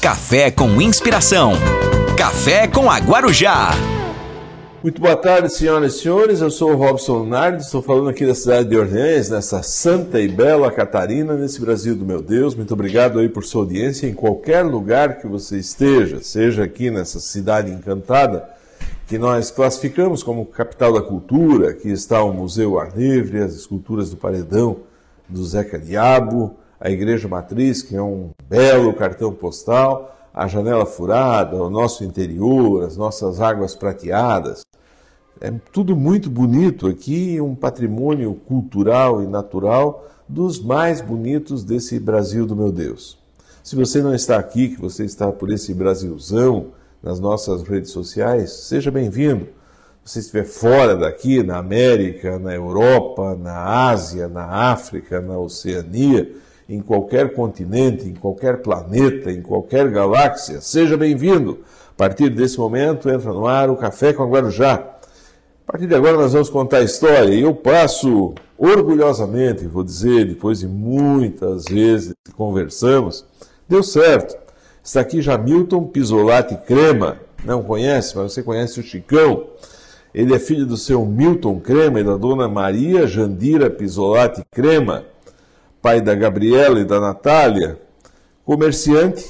Café com Inspiração. Café com a Guarujá. Muito boa tarde, senhoras e senhores. Eu sou o Robson Nardi, estou falando aqui da cidade de Orleans, nessa santa e bela Catarina, nesse Brasil do meu Deus. Muito obrigado aí por sua audiência em qualquer lugar que você esteja, seja aqui nessa cidade encantada, que nós classificamos como capital da cultura. Aqui está o Museu Ar Livre, as esculturas do Paredão do Zeca Diabo, a Igreja Matriz, que é um belo cartão postal, a Janela Furada, o nosso interior, as nossas águas prateadas. É tudo muito bonito aqui, um patrimônio cultural e natural dos mais bonitos desse Brasil do meu Deus. Se você não está aqui, que você está por esse Brasilzão, nas nossas redes sociais, seja bem-vindo. Se você estiver fora daqui, na América, na Europa, na Ásia, na África, na Oceania, em qualquer continente, em qualquer planeta, em qualquer galáxia, seja bem-vindo. A partir desse momento, entra no ar o Café com a Guarujá. A partir de agora nós vamos contar a história e eu passo orgulhosamente, vou dizer, depois de muitas vezes que conversamos, deu certo. Está aqui Jamilton Pisolati Crema, não conhece, mas você conhece o Chicão. Ele é filho do seu Milton Crema e da dona Maria Jandira Pisolati Crema, pai da Gabriela e da Natália, comerciante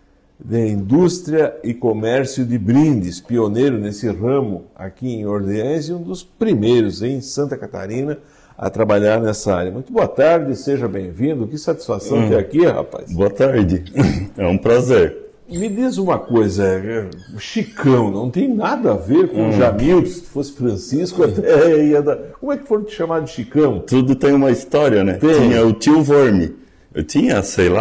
de indústria e comércio de brindes, pioneiro nesse ramo aqui em Orleans e um dos primeiros em Santa Catarina a trabalhar nessa área. Muito boa tarde, seja bem-vindo. Que satisfação ter aqui, rapaz. Boa tarde, é um prazer. Me diz uma coisa, o Chicão não tem nada a ver com o Jamilton. Se fosse Francisco, até ia dar... Como é que foram te chamar de Chicão? Tudo tem uma história, né? Tem. Tinha o tio Vorme. Eu tinha,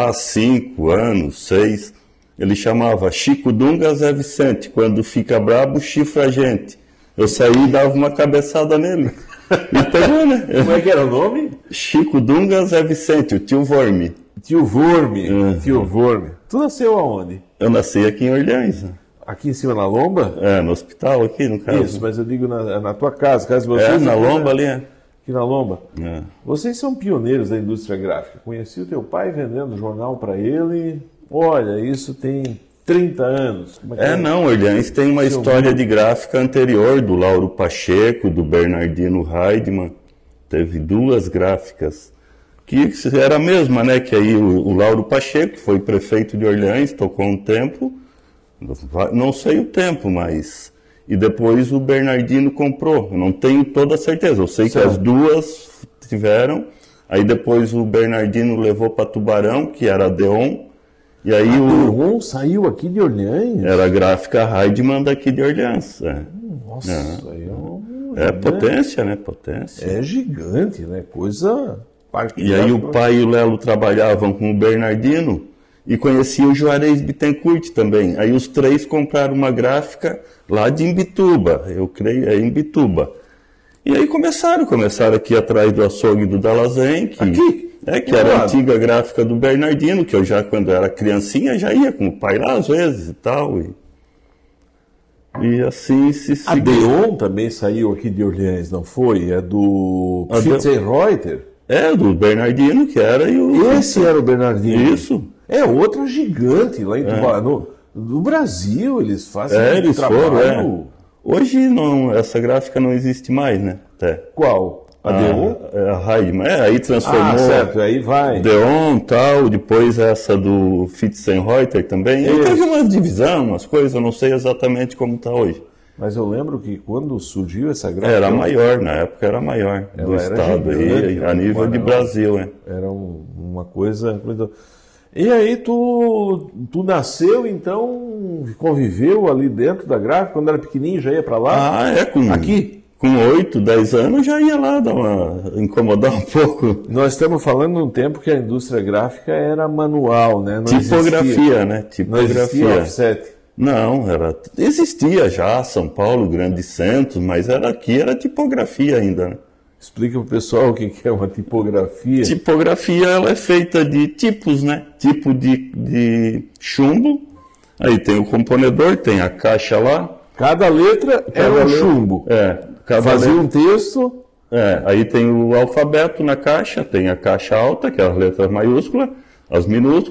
5 anos, 6. Ele chamava Chico Dunga Zé Vicente. Quando fica brabo, chifra a gente. Eu saí e dava uma cabeçada nele. E pegou, né? Como é que era o nome? Chico Dunga Zé Vicente, o tio Vorme. Tio Vorme, tio Vorme. Tu nasceu aonde? Eu nasci aqui em Orleans. Aqui em cima na Lomba? É, no hospital aqui, no caso. Isso, mas eu digo na tua casa, caso vocês... É, na Lomba ali, é. Aqui na Lomba. É. Vocês são pioneiros da indústria gráfica. Conheci o teu pai vendendo jornal para ele. Olha, isso tem 30 anos. Como é que Não, Orleans tem uma história de gráfica anterior, do Lauro Pacheco, do Bernardino Heidmann. Teve 2 gráficas, que era a mesma, né? Que aí o Lauro Pacheco, que foi prefeito de Orleans, tocou um tempo, não sei o tempo, mas... E depois o Bernardino comprou, eu não tenho toda a certeza, eu sei que as 2 tiveram, aí depois o Bernardino levou para Tubarão, que era a Deon, e aí Deon saiu aqui de Orleans? Era a gráfica Heidmann daqui de Orleans. Nossa, aí é potência, né? Potência. É gigante, né? Coisa... E aí o pai e o Lelo trabalhavam com o Bernardino e conheciam o Juarez Bittencourt também. Aí os 3 compraram uma gráfica lá de Imbituba, eu creio, é Imbituba. E aí começaram aqui atrás do açougue do Dalazen, que era a antiga gráfica do Bernardino, que eu já, quando era criancinha, já ia com o pai lá às vezes e tal. E assim se seguiu. A Deon também saiu aqui de Orleans, não foi? É do Fitzenreuter? É, do Bernardino, que era... Esse era o Bernardino. Isso. É outra gigante lá em Tubarão. No Brasil, eles fazem eles trabalho... foram, Hoje não, essa gráfica não existe mais, né? Qual? A Deon? A Heidmann. Aí transformou... certo, aí vai. Deon, tal, depois essa do Fitzenreuter também. Aí teve uma divisão, umas coisas, eu não sei exatamente como está hoje. Mas eu lembro que quando surgiu essa gráfica... Era maior, na época era maior do estado, gigante, a nível de Brasil. Era uma coisa... E aí tu nasceu, então, conviveu ali dentro da gráfica, quando era pequenininho, já ia para lá? Aqui? Com 8, 10 anos já ia lá incomodar um pouco. Nós estamos falando de um tempo que a indústria gráfica era manual, né? Não tipografia, existia, né? Não existia offset. Não, existia já São Paulo, grandes centros, mas aqui era tipografia ainda, né? Explica para o pessoal o que é uma tipografia. Tipografia, ela é feita de tipos, né? Tipo de chumbo, aí tem o componedor, tem a caixa lá. Cada letra era um chumbo. Fazia um texto. Aí tem o alfabeto na caixa, tem a caixa alta, que é as letras maiúsculas, as minúsculas,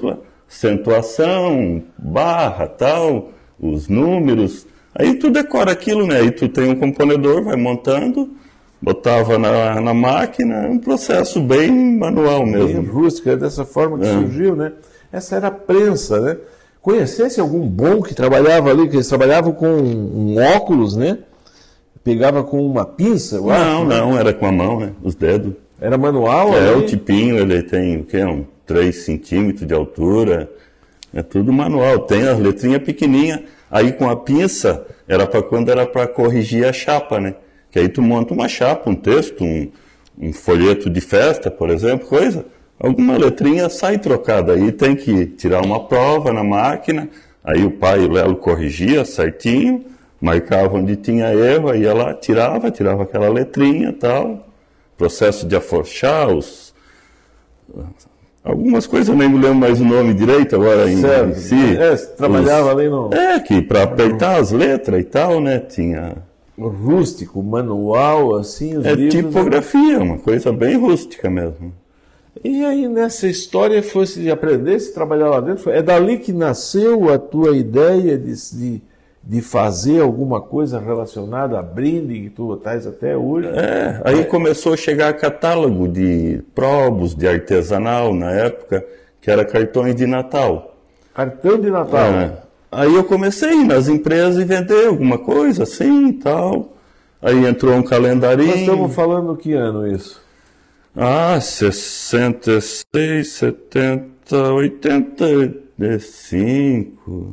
acentuação, barra, tal, os números. Aí tu decora aquilo, né? Aí tu tem um componedor, vai montando, botava na máquina, um processo bem manual mesmo. Bem rústico, é dessa forma que surgiu, né? Essa era a prensa, né? Conhecesse algum bom que trabalhava ali, que eles trabalhavam com um óculos, né? Pegava com uma pinça, eu acho. Não, era com a mão, né? Os dedos. Era manual? O tipinho, ele tem, o quê? 3 centímetros de altura. É tudo manual. Tem as letrinhas pequenininhas. Aí com a pinça, quando era para corrigir a chapa, né? Que aí tu monta uma chapa, um texto, um folheto de festa, por exemplo, coisa. Alguma letrinha sai trocada. Aí tem que tirar uma prova na máquina. Aí o pai e o Lelo corrigia certinho, marcava onde tinha erro, aí ela tirava aquela letrinha e tal. Processo de aforchar algumas coisas, eu nem me lembro mais o nome direito agora em si. Você trabalhava ali no... que para apertar as letras e tal, né, tinha... Rústico, manual, assim, os livros... tipografia, uma coisa bem rústica mesmo. E aí, nessa história, fosse de aprender, se trabalhar lá dentro, é dali que nasceu a tua ideia de fazer alguma coisa relacionada a brinde que tu estás até hoje? Aí começou a chegar catálogo de probos, de artesanal na época, que era cartões de Natal. Cartão de Natal? Aí eu comecei a ir nas empresas e vender alguma coisa assim e tal. Aí entrou um calendarinho. Nós estamos falando que ano isso? 66, 70, 85,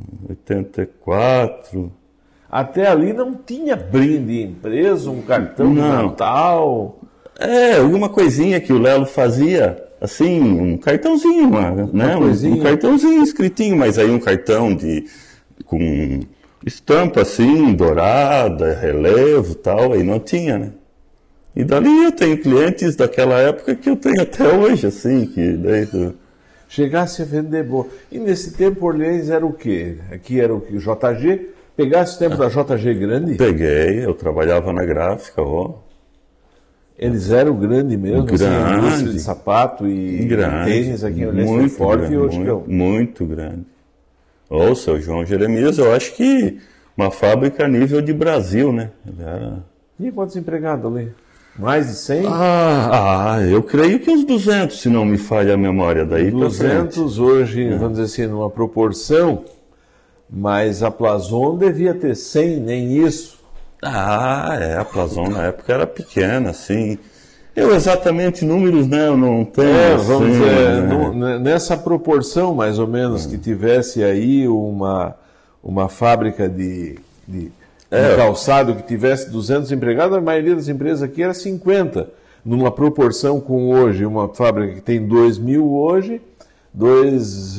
84. Até ali não tinha brinde impreso, um cartão de Natal? Alguma coisinha que o Lelo fazia, assim, um cartãozinho, né? Um cartãozinho escritinho, mas aí um cartão com estampa assim, dourada, relevo e tal, aí não tinha, né? E dali eu tenho clientes daquela época que eu tenho até hoje, assim, que daí... Chegasse a vender boa. E nesse tempo Orleans era o quê? Aqui era o quê? JG? Pegasse o tempo da JG grande? Peguei, eu trabalhava na gráfica, Eles eram grande mesmo, grande, assim, indústria de sapato e tênis aqui em Orleans foi forte e hoje não. Muito grande. O seu João Jeremias, eu acho que uma fábrica a nível de Brasil, né? Ele era... E quantos empregados ali? Mais de 100? Eu creio que uns 200, se não me falha a memória daí. 200 hoje, vamos dizer assim, numa proporção, mas a Plazon devia ter 100, nem isso. A Plazon na época era pequena, assim. Eu exatamente números, né, eu não tenho. Vamos dizer, nessa proporção, mais ou menos, que tivesse aí uma fábrica de calçado que tivesse 200 empregados, a maioria das empresas aqui era 50. Numa proporção com hoje, uma fábrica que tem 2.000 hoje, 2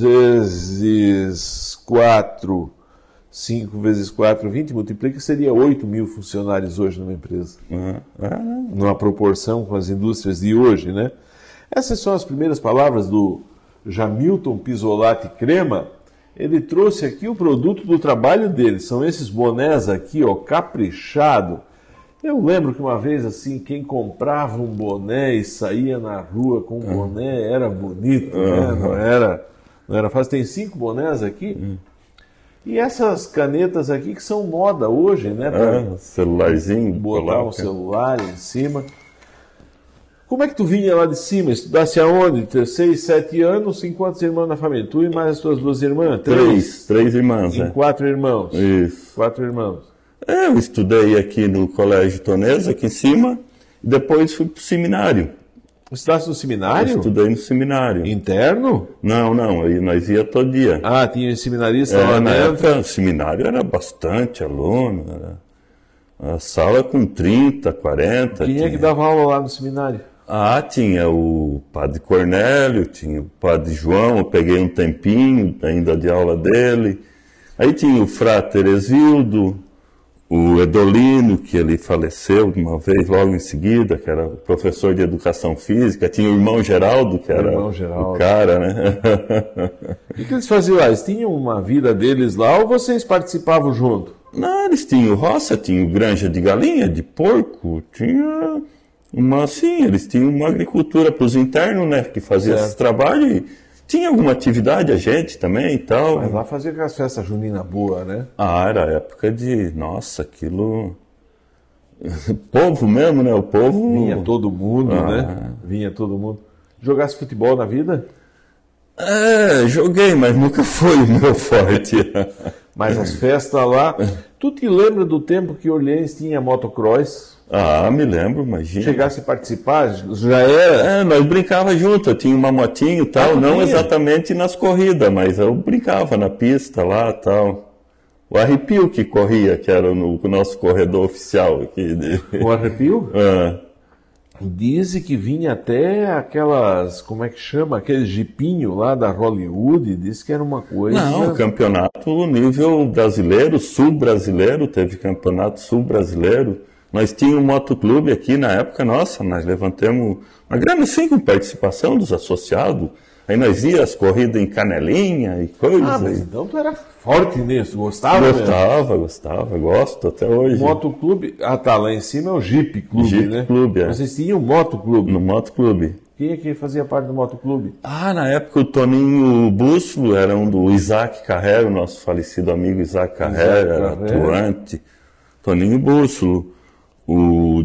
vezes 4, 5 vezes 4, 20, multiplica, seria 8.000 funcionários hoje numa empresa. Numa proporção com as indústrias de hoje, né? Essas são as primeiras palavras do Jamilton Pisolati Crema. Ele trouxe aqui o produto do trabalho dele. São esses bonés aqui, caprichado. Eu lembro que uma vez, assim, quem comprava um boné e saía na rua com um boné era bonito, né? Não era fácil. Tem 5 bonés aqui. E essas canetas aqui que são moda hoje, né? Celularzinho. Botar um celular em cima. Como é que tu vinha lá de cima? Estudasse aonde? 6, 7 anos, tem quantos irmãos na família? Tu e mais as tuas 2 irmãs? 3 irmãs, 4 irmãos? Isso. 4 irmãos. Eu estudei aqui no Colégio Tonesa, aqui em cima, e depois fui para o seminário. Estudaste no seminário? Eu estudei no seminário. Interno? Não, nós ia todo dia. Tinha seminarista lá na dentro? Época, o seminário era bastante aluno, a sala com 30, 40. Quem é que dava aula lá no seminário? Tinha o padre Cornélio, tinha o padre João, eu peguei um tempinho ainda de aula dele. Aí tinha o frater Exildo, o Edolino, que ele faleceu de uma vez logo em seguida, que era professor de educação física. Tinha o irmão Geraldo, que era o cara, né? O que eles faziam lá? Eles tinham uma vida deles lá ou vocês participavam junto? Não, eles tinham roça, tinham granja de galinha, de porco, eles tinham uma agricultura para os internos, né, que faziam esse trabalho Tinha alguma atividade a gente também e tal. Mas lá fazia aquelas festas juninas boas, né? Ah, era época de... Nossa, aquilo... Povo mesmo, né? O povo... Vinha todo mundo, né? Vinha todo mundo. Jogasse futebol na vida? Joguei, mas nunca foi o meu forte. Mas as festas lá... Tu te lembra do tempo que Orleans tinha motocross? Ah, me lembro, imagina. Chegasse a participar, já era? Nós brincava junto, eu tinha uma motinho e tal, não exatamente nas corridas, mas eu brincava na pista lá e tal. O arrepio que corria, que era no nosso corredor oficial aqui. O arrepio? Dizem que vinha até aquelas, como é que chama? Aquele jipinho lá da Hollywood, disse que era uma coisa... Não, campeonato nível brasileiro, sul-brasileiro, teve campeonato sul-brasileiro. Nós tínhamos um motoclube aqui na época, nossa, nós levantamos uma grana sim com participação dos associados. Aí nós íamos as corridas em Canelinha e coisas. Ah, mas então tu era forte nisso, gostava? Gostava, gosto até hoje. Motoclube, tá, lá em cima é o Jeep Clube, Jeep né? Clube, é. Vocês tinham um motoclube? No motoclube. Quem é que fazia parte do motoclube? Na época o Toninho Bússolo era um do Isaac Carrera, o nosso falecido amigo Isaac Carrera, era atuante. Toninho Bússolo, o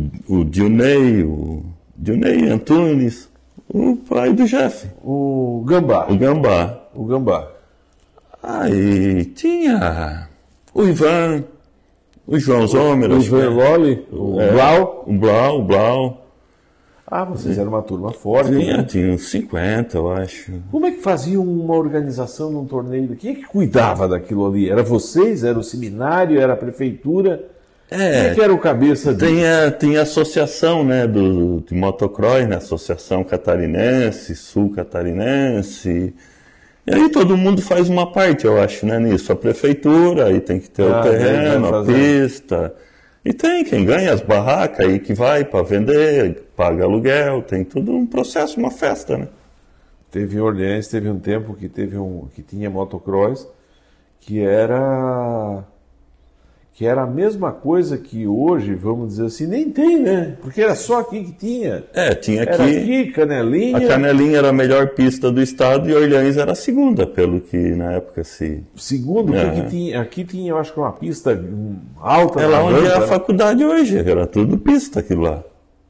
Dionei Antunes, o pai do Jeff. O Gambá. O Gambá. Aí tinha o Ivan, o João Zomer. O Ivan Loli, o Blau. O Blau. Vocês eram uma turma forte. Tinha uns 50, eu acho. Como é que faziam uma organização num torneio? Quem é que cuidava daquilo ali? Era vocês? Era o seminário? Era a prefeitura? Quem é que era o cabeça disso? Tinha a associação, né, de motocross, né, Associação Catarinense, Sul Catarinense. E aí todo mundo faz uma parte, eu acho, né, nisso. A prefeitura, aí tem que ter o terreno, a pista. E tem quem ganha as barracas aí que vai para vender, paga aluguel, tem tudo um processo, uma festa, né? Teve em Orleans, teve um tempo que tinha motocross, que era a mesma coisa que hoje, vamos dizer assim, nem tem, né? Porque era só aqui que tinha. Tinha aqui. Era aqui, Canelinha. A Canelinha era a melhor pista do estado e Orleans era a segunda, pelo que na época se... Segundo, porque aqui tinha, eu acho que uma pista alta. Lá onde é a faculdade hoje, era tudo pista aquilo lá.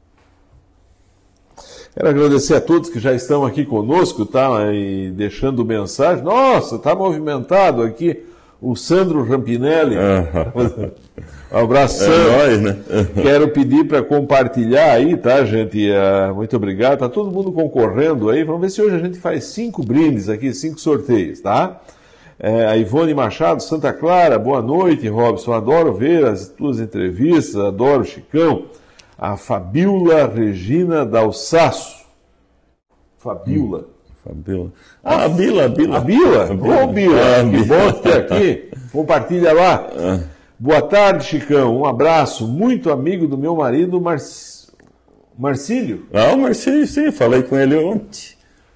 Quero agradecer a todos que já estão aqui conosco, tá? E deixando mensagem. Nossa, tá movimentado aqui. O Sandro Rampinelli. Um abraço, nóis, né? Quero pedir para compartilhar aí, tá, gente? Muito obrigado. Tá todo mundo concorrendo aí. Vamos ver se hoje a gente faz 5 brindes aqui, 5 sorteios, tá? A Ivone Machado, Santa Clara, boa noite, Robson. Adoro ver as tuas entrevistas, adoro o Chicão. A Fabiola Regina Dalsaço. Fabiola. A Bila. Ô, Bila, que bom ter aqui. Compartilha lá. Boa tarde, Chicão. Um abraço. Muito amigo do meu marido, Marcílio. O Marcílio, sim. Falei com ele ontem.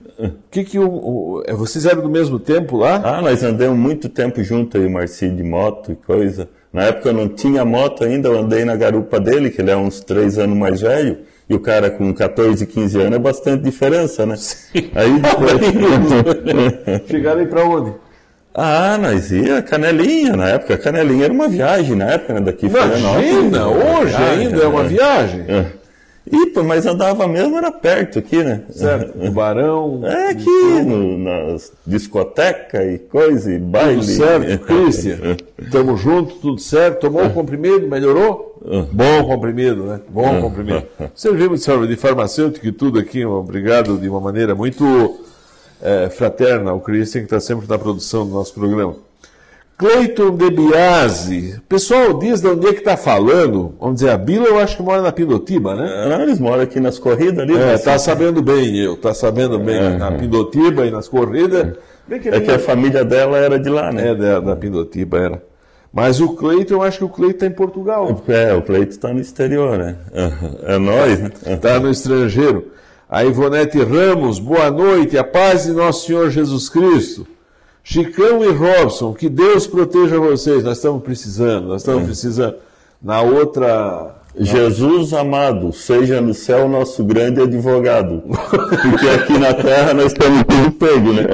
Vocês eram do mesmo tempo lá? Nós andamos muito tempo junto aí, o Marcílio, de moto e coisa. Na época eu não tinha moto ainda, eu andei na garupa dele, que ele é uns 3 anos mais velho. E o cara com 14, 15 anos é bastante diferença, né? Sim. Aí depois... Chegaram aí pra onde? Nós ia Canelinha, na época. Canelinha era uma viagem, na época, né? Daqui Imagina, hoje ainda é uma viagem. Mas andava mesmo, era perto aqui, né? Certo, Tubarão... aqui, nas discotecas e coisa, e baile. Tudo certo, Cristian. Tamo junto, tudo certo. Tomou o comprimido, melhorou? Bom comprimido, né? Bom comprimido. Servimos de farmacêutico e tudo aqui, obrigado de uma maneira muito fraterna ao Cristian, que está sempre na produção do nosso programa. Cleiton de Biasi. O pessoal diz de onde é que está falando. Vamos dizer, a Bila eu acho que mora na Pindotiba, né? Eles moram aqui nas corridas ali. Tá sabendo bem, na Pindotiba e nas corridas. Que a família dela era de lá, né? Da Pindotiba era. Mas o Cleiton, eu acho que o Cleiton está em Portugal. O Cleiton está no exterior, né? É nós, né? Está no estrangeiro. A Ivonete Ramos, boa noite, a paz de Nosso Senhor Jesus Cristo. Chicão e Robson, que Deus proteja vocês. Nós estamos precisando. Na outra Jesus amado, seja no céu nosso grande advogado. Porque aqui na terra nós estamos tudo pego, né?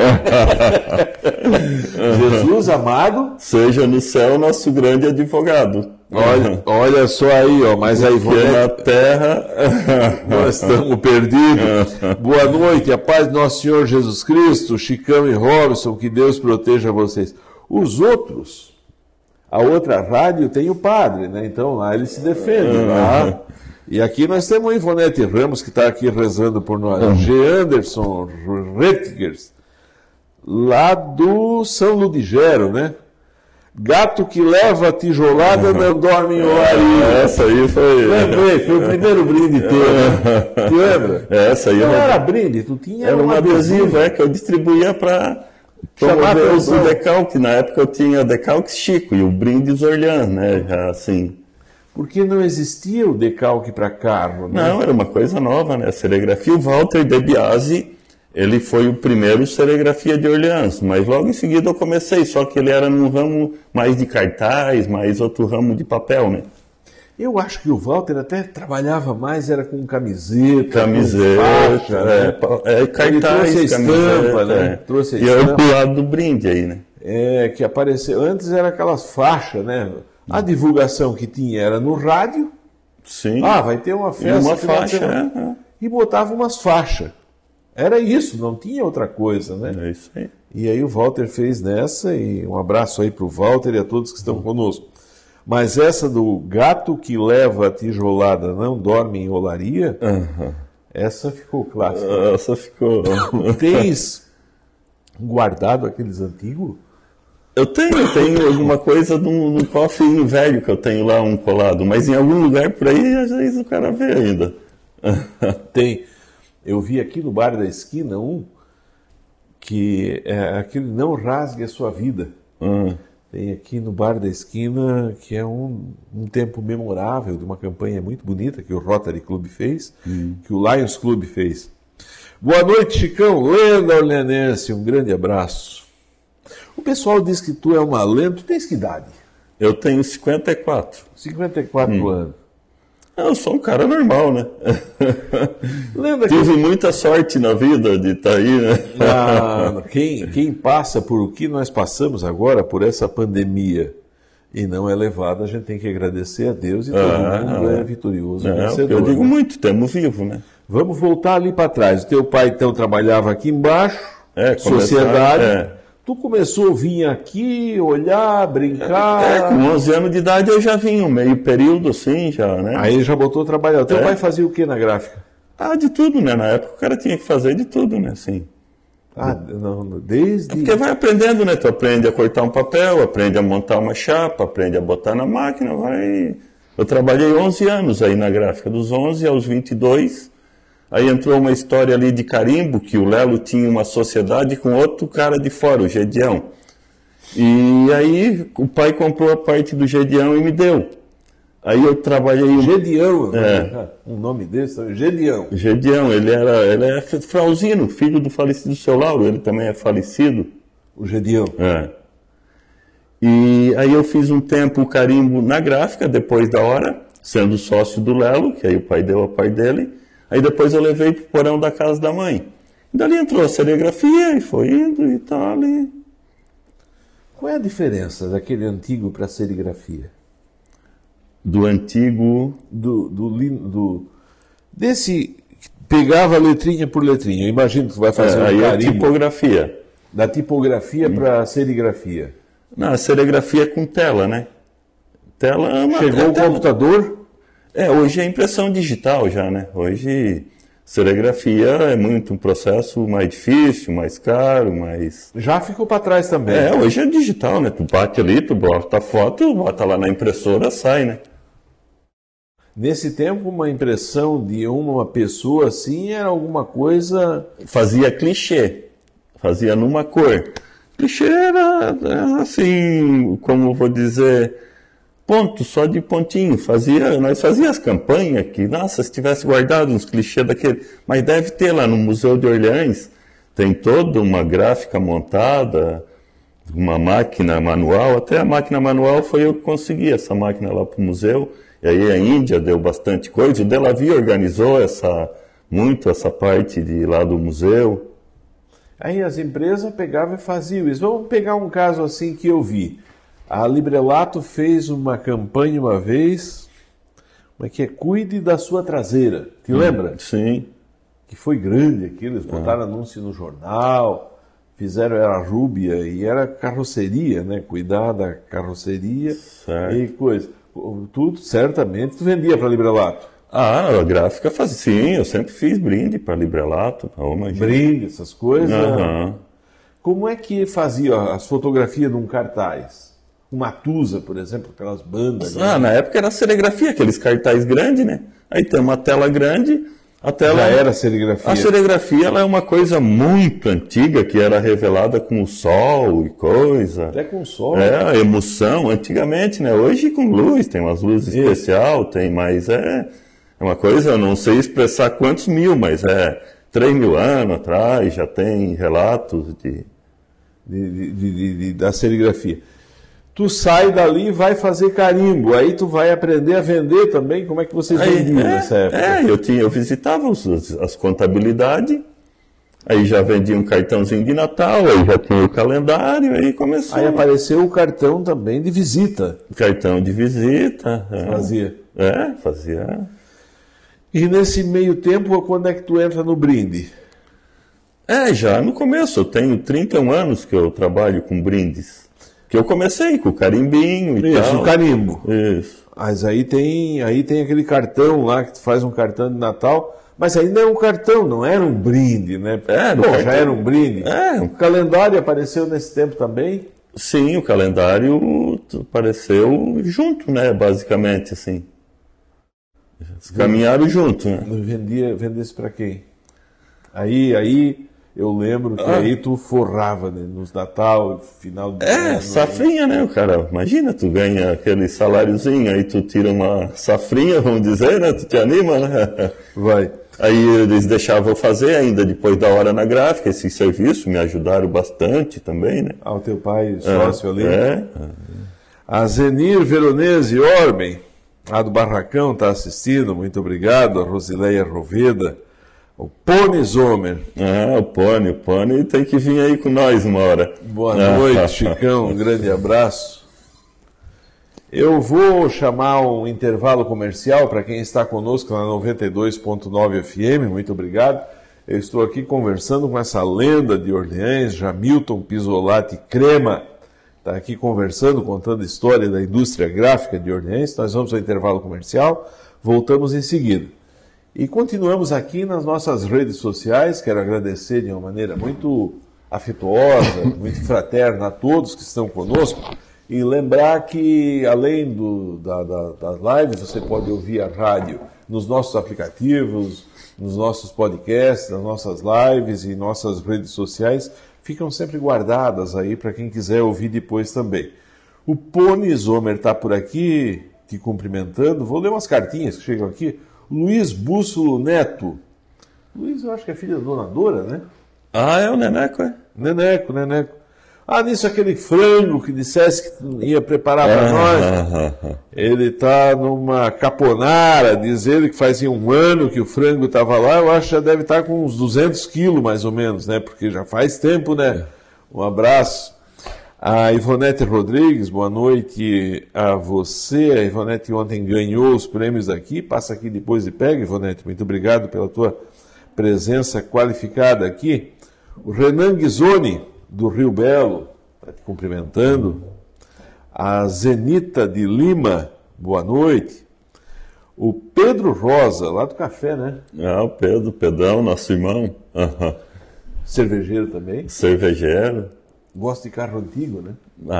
Jesus amado, seja no céu nosso grande advogado. Olha só aí, ó, mas aí porque na terra nós estamos perdidos. Boa noite, a paz do nosso Senhor Jesus Cristo, Chicão e Robson, que Deus proteja vocês. Os outros, a outra rádio tem o padre, né? Então lá ele se defende. Lá. E aqui nós temos o Ivonete Ramos, que está aqui rezando por nós. G. Anderson Rettigers, lá do São Ludgero, né? Gato que leva a tijolada não dorme em olaria. Essa aí foi... Lembrei, foi o primeiro brinde teu, né? Te lembra? Essa aí não era brinde, tu tinha era um adesivo que eu distribuía para promover o decalque. Na época eu tinha decalque Chico e o Brindes Orleans, né? Já assim. Porque não existia o decalque para carro, né? Não, era uma coisa nova, né? A serigrafia. O Walter de Biasi, ele foi o primeiro serigrafia de Orleans, mas logo em seguida eu comecei, só que ele era num ramo mais de cartaz, mais outro ramo de papel, né? Eu acho que o Walter até trabalhava mais, era com camiseta, com faixa, né? Cartaz, trouxe a estampa, né? Trouxe a estampa. E eu pro lado do brinde aí, né? Que apareceu, antes era aquelas faixas, né? A divulgação que tinha era no rádio. Sim. Vai ter uma festa. E uma faixa, E botava umas faixas. Era isso, não tinha outra coisa, né? É isso aí. E aí o Walter fez nessa, e um abraço aí para o Walter e a todos que estão conosco. Mas essa do gato que leva a tijolada não dorme em olaria, essa ficou clássica. Essa ficou... Tens guardado aqueles antigos? Eu tenho alguma coisa num cofre velho que eu tenho lá, um colado, mas em algum lugar por aí, às vezes o cara vê ainda. Tem. Eu vi aqui no bar da esquina que é aquele Não Rasgue a Sua Vida. Tem aqui no bar da esquina, que é um tempo memorável de uma campanha muito bonita que o Rotary Club fez, que o Lions Club fez. Boa noite, Chicão, lenda orleanense, um grande abraço. O pessoal diz que tu é uma lenda, tu tens que idade? Eu tenho 54. 54 anos. Eu sou um cara normal, né? Tive muita sorte na vida de estar aí, né? Quem passa por o que nós passamos agora, por essa pandemia, e não é levado, a gente tem que agradecer a Deus e todo mundo é vitorioso. Vencedor, eu digo muito, estamos vivos, né? Vamos voltar ali para trás. O teu pai, então, trabalhava aqui embaixo, sociedade. Tu começou a vir aqui, olhar, brincar... com 11 anos de idade eu já vim, meio período assim, já, né? Aí já botou a trabalhar. O teu pai fazia o que na gráfica? De tudo, né? Na época o cara tinha que fazer de tudo, né? Assim. Desde... porque vai aprendendo, né? Tu aprende a cortar um papel, aprende a montar uma chapa, aprende a botar na máquina, vai... Eu trabalhei 11 anos aí na gráfica, dos 11 aos 22... Aí entrou uma história ali de carimbo, que o Lelo tinha uma sociedade com outro cara de fora, o Gedião. E aí o pai comprou a parte do Gedião e me deu. Aí eu trabalhei... Gedião, um nome desse, Gedião. Gedião, ele é Frauzino, filho do falecido seu Lauro, ele também é falecido. O Gedião. E aí eu fiz um tempo o carimbo na gráfica, depois da hora, sendo sócio do Lelo, que aí o pai deu a parte dele. Aí depois eu levei para o porão da casa da mãe. E dali entrou a serigrafia e foi indo e tal. Qual é a diferença daquele antigo para a serigrafia? Do antigo... Desse... Pegava letrinha por letrinha. Eu imagino que tu vai fazer aí carimbo. A tipografia. Da tipografia para a serigrafia. Não, a serigrafia é com tela, né? Tela... Chegou o computador... Hoje é impressão digital já, né? Hoje, serigrafia é muito um processo mais difícil, mais caro, mais... Já ficou para trás também. Hoje é digital, né? Tu bate ali, tu bota a foto, bota lá na impressora, sai, né? Nesse tempo, uma impressão de uma pessoa assim era alguma coisa... Fazia clichê, fazia numa cor. Clichê era assim, como vou dizer... ponto, só de pontinho. Nós fazíamos as campanhas que, nossa, se tivesse guardado uns clichês daquele. Mas deve ter lá no Museu de Orleans, tem toda uma gráfica montada, uma máquina manual. Até a máquina manual foi eu que consegui essa máquina lá para o museu. E aí a Índia deu bastante coisa. O Delavi organizou muito essa parte lá do museu. Aí as empresas pegavam e faziam isso. Vamos pegar um caso assim que eu vi. A Librelato fez uma campanha uma vez, como é que é? Cuide da sua traseira. Te lembra? Sim. Que foi grande aquilo, eles botaram anúncio no jornal, fizeram, era rúbia e era carroceria, né? Cuidar da carroceria e coisa. Tudo, certamente, tu vendia para a Librelato. A gráfica fazia, sim, eu sempre fiz brinde para Librelato. Brinde, essas coisas. Uhum. Como é que fazia as fotografias num cartaz? Uma Tusa, por exemplo, aquelas bandas. Na época era serigrafia, aqueles cartazes grandes, né? Aí tem uma tela grande, a tela... Já era serigrafia? A serigrafia ela é uma coisa muito antiga, que era revelada com o sol e coisa. Até com o sol. A emoção, antigamente, né? Hoje com luz, tem umas luzes especial, tem mais... É uma coisa, eu não sei expressar quantos mil, mas 3.000 anos atrás já tem relatos da serigrafia. Tu sai dali e vai fazer carimbo, aí tu vai aprender a vender também. Como é que vocês vendiam nessa época? Eu visitava as contabilidades, aí já vendia um cartãozinho de Natal, aí já tinha o calendário, aí começou. Aí apareceu o cartão também de visita. Cartão de visita. Fazia. Fazia. E nesse meio tempo, quando é que tu entra no brinde? Já no começo, eu tenho 31 anos que eu trabalho com brindes. Que eu comecei com o carimbinho e tal. Isso, o carimbo. Isso. Mas aí tem aquele cartão lá, que tu faz um cartão de Natal, mas ainda é um cartão, não era um brinde, né? Já era um brinde. O calendário apareceu nesse tempo também? Sim, o calendário apareceu junto, né? Basicamente, assim. Eles caminharam junto, né? Vendesse para quem? Aí... Eu lembro que aí tu forrava, né, nos Natal, final do ano. Safrinha, né, o cara? Imagina, tu ganha aquele saláriozinho, aí tu tira uma safrinha, vamos dizer, né? Tu te anima, né? Vai. Aí eles deixavam eu fazer ainda depois da hora na gráfica, esse serviço, me ajudaram bastante também, né? O teu pai sócio ali? A Zenir Veronese Orben, lá do Barracão, está assistindo, muito obrigado. A Rosileia Roveda. O Pony Zomer. O Pony tem que vir aí com nós uma hora. Boa noite, Chicão, um grande abraço. Eu vou chamar um intervalo comercial para quem está conosco na 92.9 FM, muito obrigado. Eu estou aqui conversando com essa lenda de Orleans, Jamilton Pisolati Crema. Está aqui conversando, contando a história da indústria gráfica de Orleans. Nós vamos ao intervalo comercial, voltamos em seguida. E continuamos aqui nas nossas redes sociais. Quero agradecer de uma maneira muito afetuosa, muito fraterna a todos que estão conosco. E lembrar que, além das lives, você pode ouvir a rádio nos nossos aplicativos, nos nossos podcasts, nas nossas lives e nossas redes sociais. Ficam sempre guardadas aí para quem quiser ouvir depois também. O Pony Zomer está por aqui te cumprimentando. Vou ler umas cartinhas que chegam aqui. Luiz Bússolo Neto. Luiz, eu acho que é filho da Dona Dora, né? É o Neneco, é? Neneco. Nisso aquele frango que dissesse que ia preparar para nós. Ele está numa caponara, diz ele que fazia um ano que o frango estava lá. Eu acho que já deve estar com uns 200 quilos, mais ou menos, né? Porque já faz tempo, né? Um abraço. A Ivonete Rodrigues, boa noite a você. A Ivonete ontem ganhou os prêmios aqui. Passa aqui depois e pega, Ivonete. Muito obrigado pela tua presença qualificada aqui. O Renan Ghisoni, do Rio Belo, está te cumprimentando. A Zenita de Lima, boa noite. O Pedro Rosa, lá do café, né? O Pedrão, nosso irmão. Cervejeiro também. Cervejeiro. Gosta de carro antigo, né?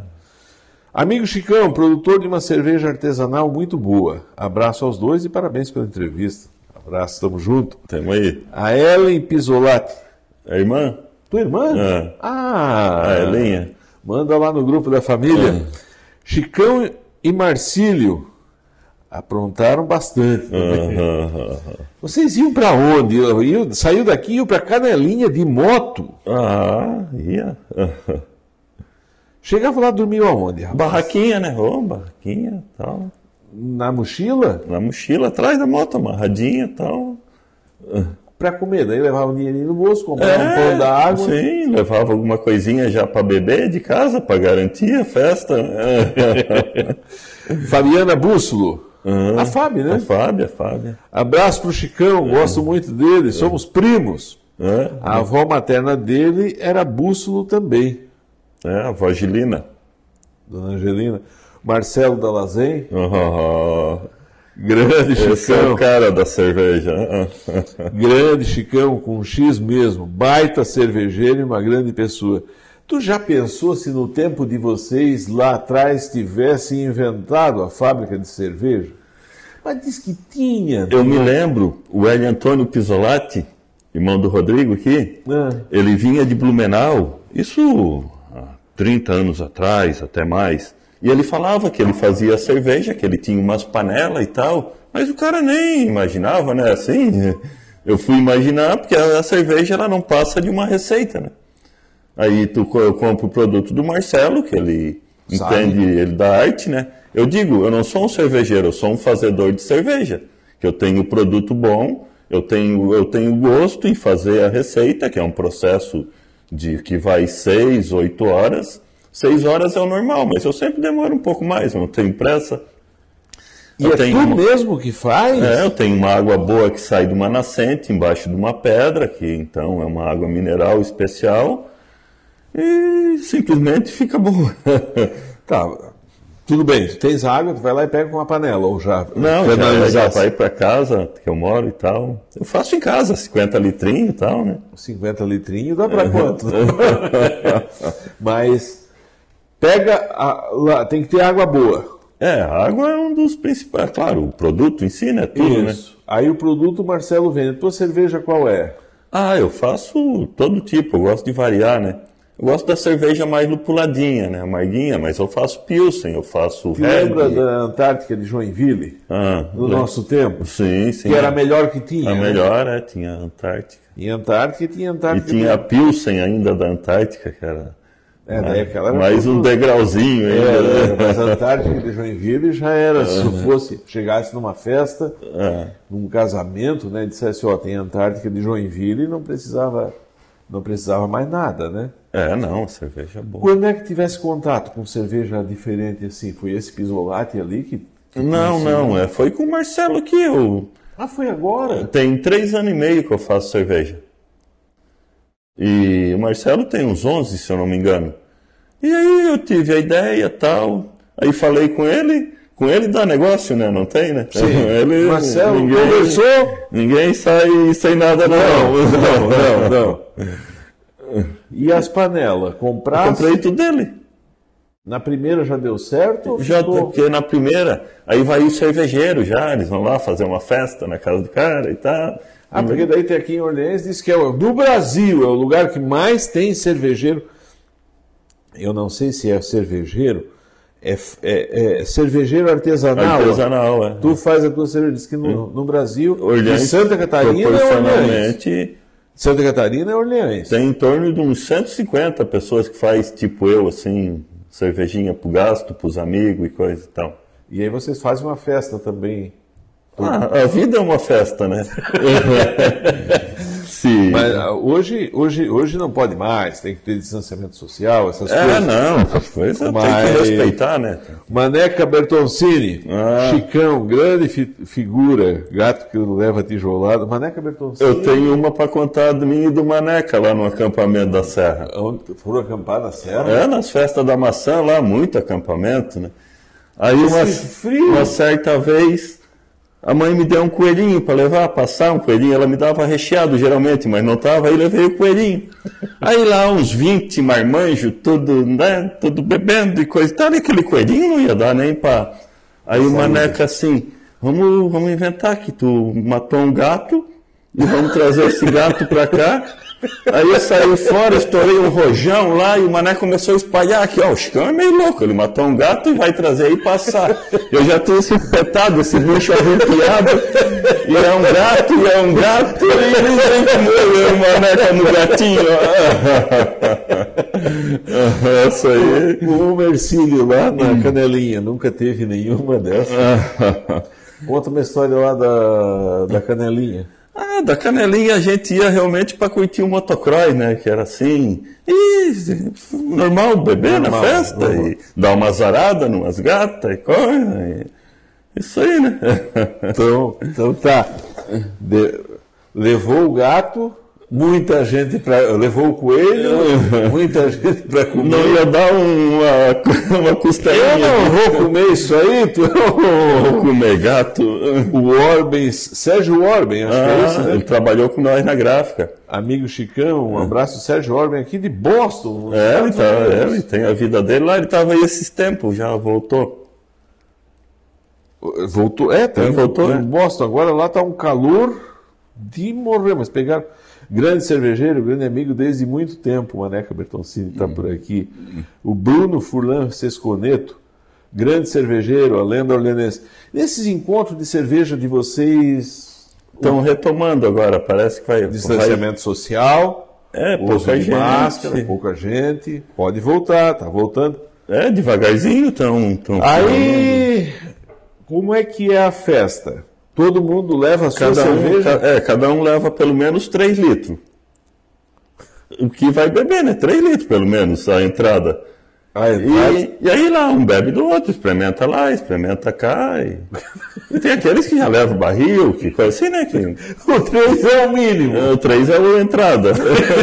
Amigo Chicão, produtor de uma cerveja artesanal muito boa. Abraço aos dois e parabéns pela entrevista. Abraço, estamos juntos. Tamo aí. A Ellen Pisolati. A irmã? Tua irmã? A Elinha. Manda lá no grupo da família. Chicão e Marcílio aprontaram bastante. Vocês iam para onde? Saiu daqui e iam para Canelinha de moto? Ia. Chegava lá, dormiu aonde, rapaz? Barraquinha, né? Barraquinha e tal. Na mochila? Na mochila, atrás da moto, amarradinha e tal. Para comer, daí levava um dinheirinho no bolso, comprava um pão da água. Sim, levava alguma coisinha já para beber de casa, para garantir a festa. Fabiana Bússolo. A Fábio, né? A Fábio. Abraço pro Chicão, gosto muito dele, somos primos. A avó materna dele era Bússolo também. A avó Angelina. Dona Angelina. Marcelo Dalazen. Grande Chicão. Esse é o cara da cerveja. Grande Chicão, com um X mesmo. Baita cervejeiro e uma grande pessoa. Tu já pensou se no tempo de vocês, lá atrás, tivessem inventado a fábrica de cerveja? Mas diz que tinha. Eu me lembro, o Hélio Antônio Pisolatti, irmão do Rodrigo aqui, ele vinha de Blumenau, isso há 30 anos atrás, até mais. E ele falava que ele fazia cerveja, que ele tinha umas panelas e tal, mas o cara nem imaginava, né? Assim, eu fui imaginar, porque a cerveja ela não passa de uma receita, né? Aí eu compro o produto do Marcelo, que ele entende, ele da arte, né? Eu digo, eu não sou um cervejeiro, eu sou um fazedor de cerveja, que eu tenho produto bom, eu tenho gosto em fazer a receita, que é um processo que vai 6, 8 horas. 6 horas é o normal, mas eu sempre demoro um pouco mais, eu não tenho pressa. E é tu mesmo que faz? Eu tenho uma água boa que sai de uma nascente, embaixo de uma pedra, que então é uma água mineral especial, e simplesmente fica boa. Tá, tudo bem, tu tens água, tu vai lá e pega com uma panela, ou já... Não, já vai para casa, que eu moro e tal. Eu faço em casa, 50 litrinhos e tal, né? 50 litrinhos dá para quanto? Mas... tem que ter água boa. A água é um dos principais, claro, o produto em si, né? Tudo, isso. Né? Aí o produto o Marcelo vende. Tua cerveja qual é? Eu faço todo tipo, eu gosto de variar, né? Eu gosto da cerveja mais lupuladinha, né? Amarguinha, mas eu faço Pilsen, eu faço Lembra da Antártica de Joinville? No nosso tempo? Sim. Que era a melhor que tinha. A melhor, tinha a Antártica. E Antártica tinha Antártica. E tinha a Pilsen ainda da Antártica, que era... daí aquela era mais um degrauzinho ainda. Mas a Antártica de Joinville já era, se chegasse numa festa, num casamento, né, dissesse, tem Antártica de Joinville, não precisava mais nada, né? Não, cerveja boa. Quando é que tivesse contato com cerveja diferente assim? Foi esse Pisolatti ali que não, foi com o Marcelo aqui. Foi agora? Tem 3 anos e meio que eu faço cerveja. E o Marcelo tem uns 11, se eu não me engano. E aí eu tive a ideia e tal. Aí falei com ele dá negócio, né? Não tem, né? Sim. Marcelo conversou. Ninguém sai sem nada, não. E as panelas? Compraste? Eu comprei tudo dele. Na primeira já deu certo? Já, porque na primeira, aí vai o cervejeiro já, eles vão lá fazer uma festa na casa do cara e tal. Porque daí tem aqui em Orleans, diz que do Brasil, é o lugar que mais tem cervejeiro. Eu não sei se é cervejeiro, é cervejeiro artesanal. Artesanal, Tu faz a tua cerveja, diz que no Brasil, Orleans, em Santa Catarina é Orleans. Santa Catarina é Orleans. Tem em torno de uns 150 pessoas que faz, tipo eu, assim, cervejinha pro gasto, pros amigos e coisa e tal. E aí vocês fazem uma festa também. A vida é uma festa, né? Sim. Mas hoje não pode mais, tem que ter distanciamento social, essas coisas. Essas coisas tem que respeitar, né? Maneca Bertoncini, Chicão, grande figura, gato que leva tijolado. Maneca Bertoncini. Eu tenho uma para contar de mim e do Maneca lá no acampamento da Serra. Onde foram acampar na Serra? Nas festas da maçã lá, muito acampamento, né? Aí uma certa vez... A mãe me deu um coelhinho para levar, passar um coelhinho. Ela me dava recheado, geralmente, mas não estava. Aí levei o coelhinho. Aí lá uns 20 marmanjos, tudo, né, tudo bebendo e coisa e tal. E aquele coelhinho não ia dar nem para... Aí o Maneca assim, vamos inventar que tu matou um gato e vamos trazer esse gato para cá Aí eu saí fora, estourei um rojão lá e o mané começou a espalhar aqui, ó, o Chicão é meio louco, ele matou um gato e vai trazer aí e passar. Eu já tinha esse espetado, esse bicho arrepiado, e é um gato, e ele vem comer o maneca no gatinho. Essa aí. O Mercílio lá na Canelinha, nunca teve nenhuma dessas. Conta uma história lá da Canelinha. Da Canelinha a gente ia realmente para curtir o motocross, né? Que era assim, normal, beber na festa, e dar uma zarada numas gatas e coisa. Isso aí, né? Então tá. Levou o gato, muita gente levou o coelho, muita gente para comer. Não ia dar uma costelinha. Eu não vou comer isso aí, vou comer gato. O Orben, Sérgio Orben, acho que é esse, né? Ele trabalhou com nós na gráfica. Amigo Chicão, um abraço, Sérgio Orben aqui de Boston. Ele tem a vida dele lá, ele estava aí esses tempos, já voltou. Voltou, voltou em Boston, agora lá está um calor de morrer, mas pegaram. Grande cervejeiro, grande amigo desde muito tempo, o Maneca Bertoncini está por aqui. O Bruno Furlan Sesconeto, grande cervejeiro, a lenda orleanense. Nesses encontros de cerveja de vocês... Estão retomando agora, parece que vai... Distanciamento social, pouca gente. Máscara, pouca gente, pode voltar, está voltando. Devagarzinho estão... Aí, como é que é a festa? Todo mundo leva a sua cerveja? Cada um leva pelo menos 3 litros. O que vai beber, né? 3 litros pelo menos a entrada. E aí lá, um bebe do outro, experimenta lá, experimenta cá. E tem aqueles que já levam barril, que coisa assim, né? O 3 é o mínimo. O 3 é a entrada.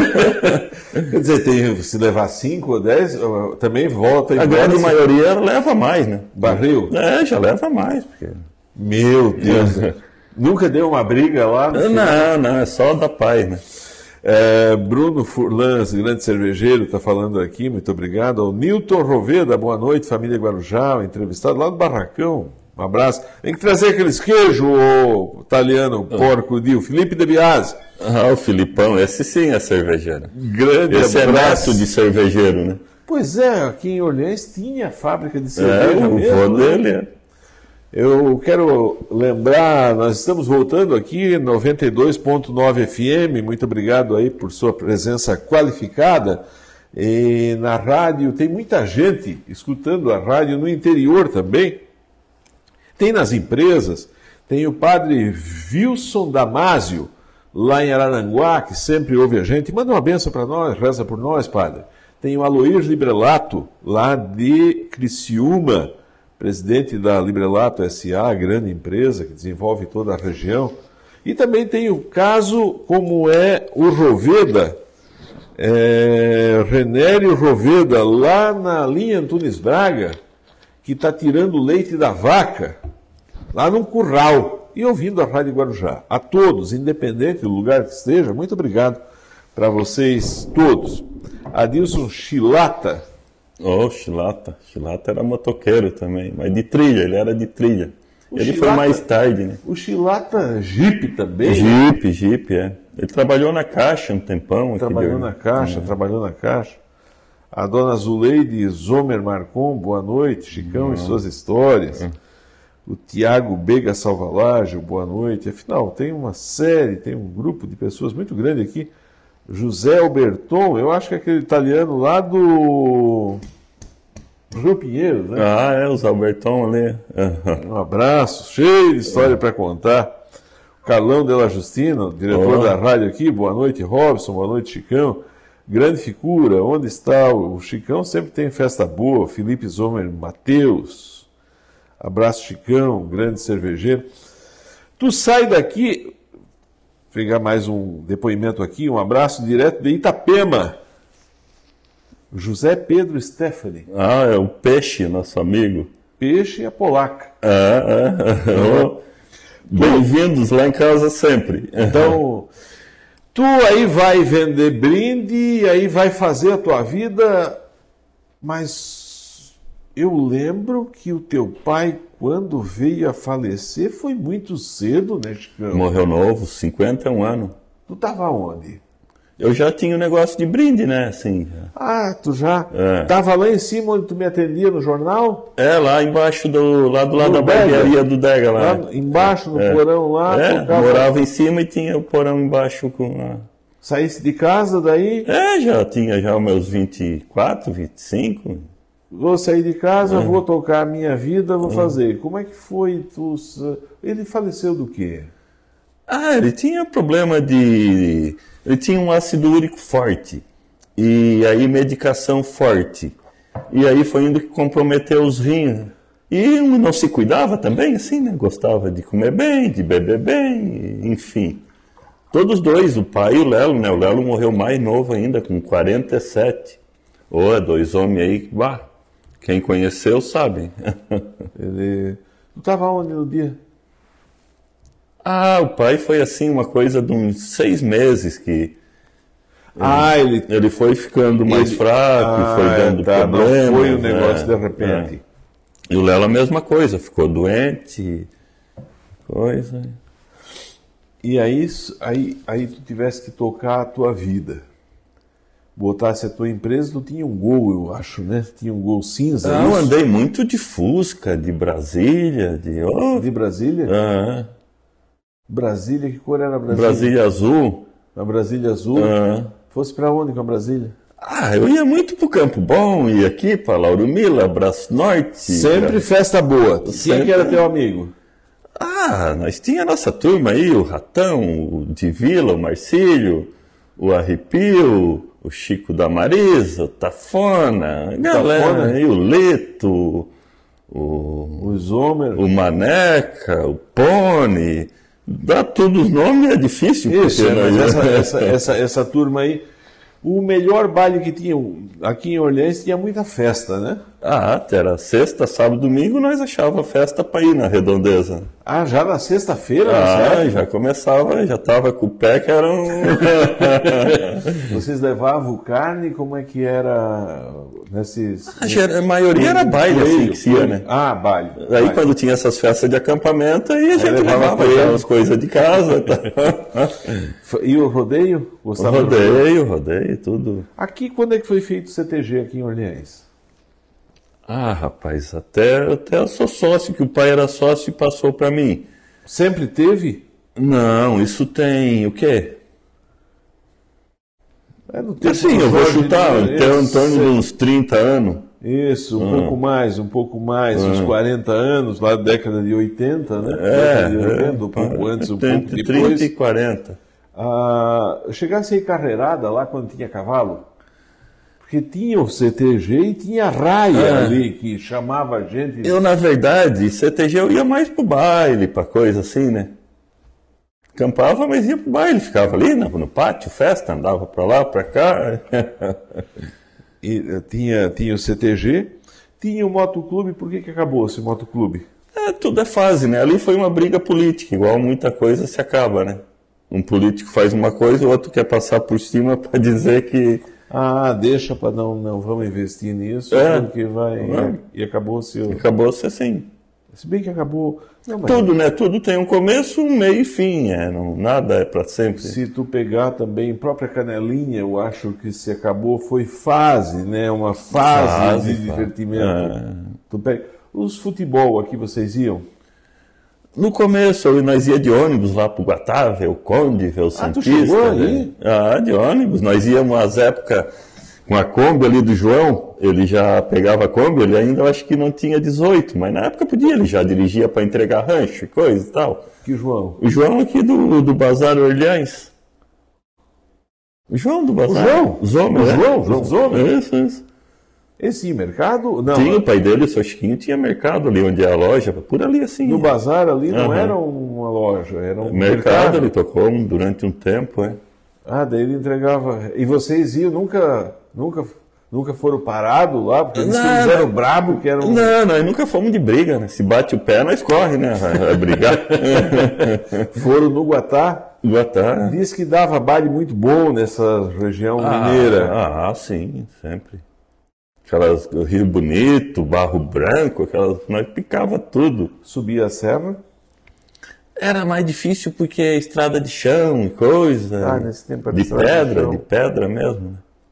Quer dizer, se levar 5 ou 10, também volta. A grande maioria leva mais, né? Barril? Já leva mais, porque... Meu Deus! Nunca deu uma briga lá? Não, é só da paz, né? Bruno Furlan, grande cervejeiro, está falando aqui, muito obrigado. O Nilton Roveda, boa noite, família Guarujá, entrevistado lá do Barracão. Um abraço. Tem que trazer aqueles queijos, o italiano, porco dio. Felipe De Biasi. O Filipão, esse sim é cervejeiro. Grande esse abraço. É neto de cervejeiro, né? Pois é, aqui em Orleans tinha fábrica de cerveja mesmo. O vô dele, Eu quero lembrar, nós estamos voltando aqui, 92.9 FM, muito obrigado aí por sua presença qualificada. E na rádio, tem muita gente escutando a rádio no interior também. Tem nas empresas, tem o padre Wilson Damásio, lá em Araranguá, que sempre ouve a gente. Manda uma benção para nós, reza por nós, padre. Tem o Aloir Librelato, lá de Criciúma, presidente da Librelato S.A., grande empresa que desenvolve toda a região. E também tem o caso, como é o Roveda, Renério Roveda, lá na linha Antunes Braga, que está tirando leite da vaca, lá num curral, e ouvindo a Rádio Guarujá. A todos, independente do lugar que esteja, muito obrigado para vocês todos. Adilson Chilata. Chilata era motoqueiro também, mas de trilha, ele era de trilha. Ele foi mais tarde, né? O Chilata Jeep também? Jeep, é. Ele trabalhou na Caixa um tempão. Trabalhou na Caixa. A dona Zuleide Zomer Marcon, boa noite. Chicão e suas histórias. O Tiago Bega Salvalágio, boa noite. Afinal, tem uma série, tem um grupo de pessoas muito grande aqui. José Alberton, eu acho que é aquele italiano lá do Rio Pinheiro, né? Os Alberton ali. Um abraço, cheio de história para contar. O Carlão Della Justina, diretor da rádio aqui, boa noite, Robson, boa noite, Chicão. Grande figura, onde está o Chicão? Sempre tem festa boa. Felipe Zomer Mateus, abraço, Chicão, grande cervejeiro. Tu sai daqui... Pegar mais um depoimento aqui, um abraço direto de Itapema. José Pedro Stefani. É o Peixe, nosso amigo. Peixe e a polaca. Bem-vindos lá em casa sempre. Então, tu aí vai vender brinde, aí vai fazer a tua vida, mas eu lembro que o teu pai, quando veio a falecer, foi muito cedo, né, Chicão? Morreu novo, 51 anos. Tu estava onde? Eu já tinha um negócio de brinde, né? Assim. Ah, tu já? Tava lá em cima onde tu me atendia no jornal? Lá embaixo lá do lado da barbearia do Dega lá. Lá embaixo, no porão lá. Morava em cima e tinha o porão embaixo com. Saísse de casa daí? Já tinha já os meus 24, 25. Vou sair de casa, vou tocar a minha vida, vou fazer. Como é que foi? Ele faleceu do quê? Ele tinha problema Ele tinha um ácido úrico forte. E aí medicação forte. E aí foi indo que comprometeu os rins. E não se cuidava também, assim, né? Gostava de comer bem, de beber bem, enfim. Todos dois, o pai e o Lelo, né? O Lelo morreu mais novo ainda, com 47. Dois homens aí que, quem conheceu sabe. Tu estava onde no dia? O pai foi assim, uma coisa de uns 6 meses que... Ele foi ficando mais fraco, e foi dando problemas. Não foi um negócio de repente. E o Lelo a mesma coisa, ficou doente, coisa... E aí tu tivesse que tocar a tua vida. Botasse a tua empresa, tu tinha um Gol, eu acho, né? Tinha um Gol cinza. Eu andei muito de Fusca, de Brasília, De Brasília? Brasília, que cor era a Brasília? Brasília azul. A Brasília azul? Fosse pra onde com a Brasília? Eu ia muito pro Campo Bom, ia aqui pra Lauro Mila, Braço Norte. Sempre festa boa. Quem que era teu amigo? Nós tinha a nossa turma aí, o Ratão, o de Vila, o Marcílio, o Arrepio, o Chico da Marisa, o Tafona, galera aí, o Leto, o Zomer, o Maneca, o Pony, dá todos os nomes é difícil. Isso, mas essa turma aí, o melhor baile que tinha aqui em Orleans tinha muita festa, né? Era sexta, sábado, domingo, nós achava festa para ir na Redondeza. Já na sexta-feira? Já começava, já tava com o pé que era Vocês levavam carne, como é que era nesses... A maioria era baile, assim, que se ia, né? Baile. Aí quando tinha essas festas de acampamento, aí a gente levava as coisas de casa. E o rodeio? Rodeio, tudo. Aqui, quando é que foi feito o CTG aqui em Orleans? Rapaz, até eu sou sócio, que o pai era sócio e passou para mim. Sempre teve? Não, isso tem o quê? Assim, eu vou chutar, em torno de uns 30 anos. Isso, um pouco mais, uns 40 anos, lá da década de 80, né? Década de 80, um pouco antes, um pouco depois. 30 e 40. Chegasse aí carreirada lá quando tinha cavalo? Porque tinha o CTG e tinha a raia ali, que chamava a gente... Eu, na verdade, CTG eu ia mais pro baile, pra coisa assim, né? Acampava, mas ia pro baile, ficava ali no pátio, festa, andava pra lá, pra cá. E tinha o CTG, tinha o motoclube, por que acabou esse motoclube? Tudo é fase, né? Ali foi uma briga política, igual muita coisa se acaba, né? Um político faz uma coisa, o outro quer passar por cima pra dizer que... deixa para não vamos investir nisso, porque vai... E acabou-se... Acabou-se assim. Se bem que acabou... Tudo, né? Tudo tem um começo, um meio e fim, nada é para sempre. Se tu pegar também, própria Canelinha, eu acho que se acabou, foi fase, né? Uma fase de divertimento. Tu pega... Os futebol aqui vocês iam? No começo, nós ia de ônibus lá pro Guatá, ver o Conde, ver o Santista. Tu chegou ali? De ônibus. Nós íamos às épocas com a Kombi ali do João, ele já pegava a Kombi, ele ainda acho que não tinha 18, mas na época podia, ele já dirigia para entregar rancho e coisa e tal. Que João? O João aqui do Bazar Orleans. O João do Bazar. O João Zomer? Isso. Esse mercado? Não. Tinha o pai dele, o seu Chiquinho, tinha mercado ali onde é a loja, por ali assim. No bazar ali não era uma loja, era um mercado. Ele tocou durante um tempo, daí ele entregava. E vocês iam, nunca foram parados lá? Porque eles fizeram brabo, que era um... Não, nós nunca fomos de briga, né? Se bate o pé, nós corre, né? Vai brigar. Foram no Guatá? Guatá. Diz que dava baile muito bom nessa região mineira. Sim, sempre. Aquelas Rio Bonito, Barro Branco, nós picava tudo. Subia a serra? Era mais difícil porque é estrada de chão e coisa. Nesse tempo era de estrada pedra, chão. de pedra mesmo. Né?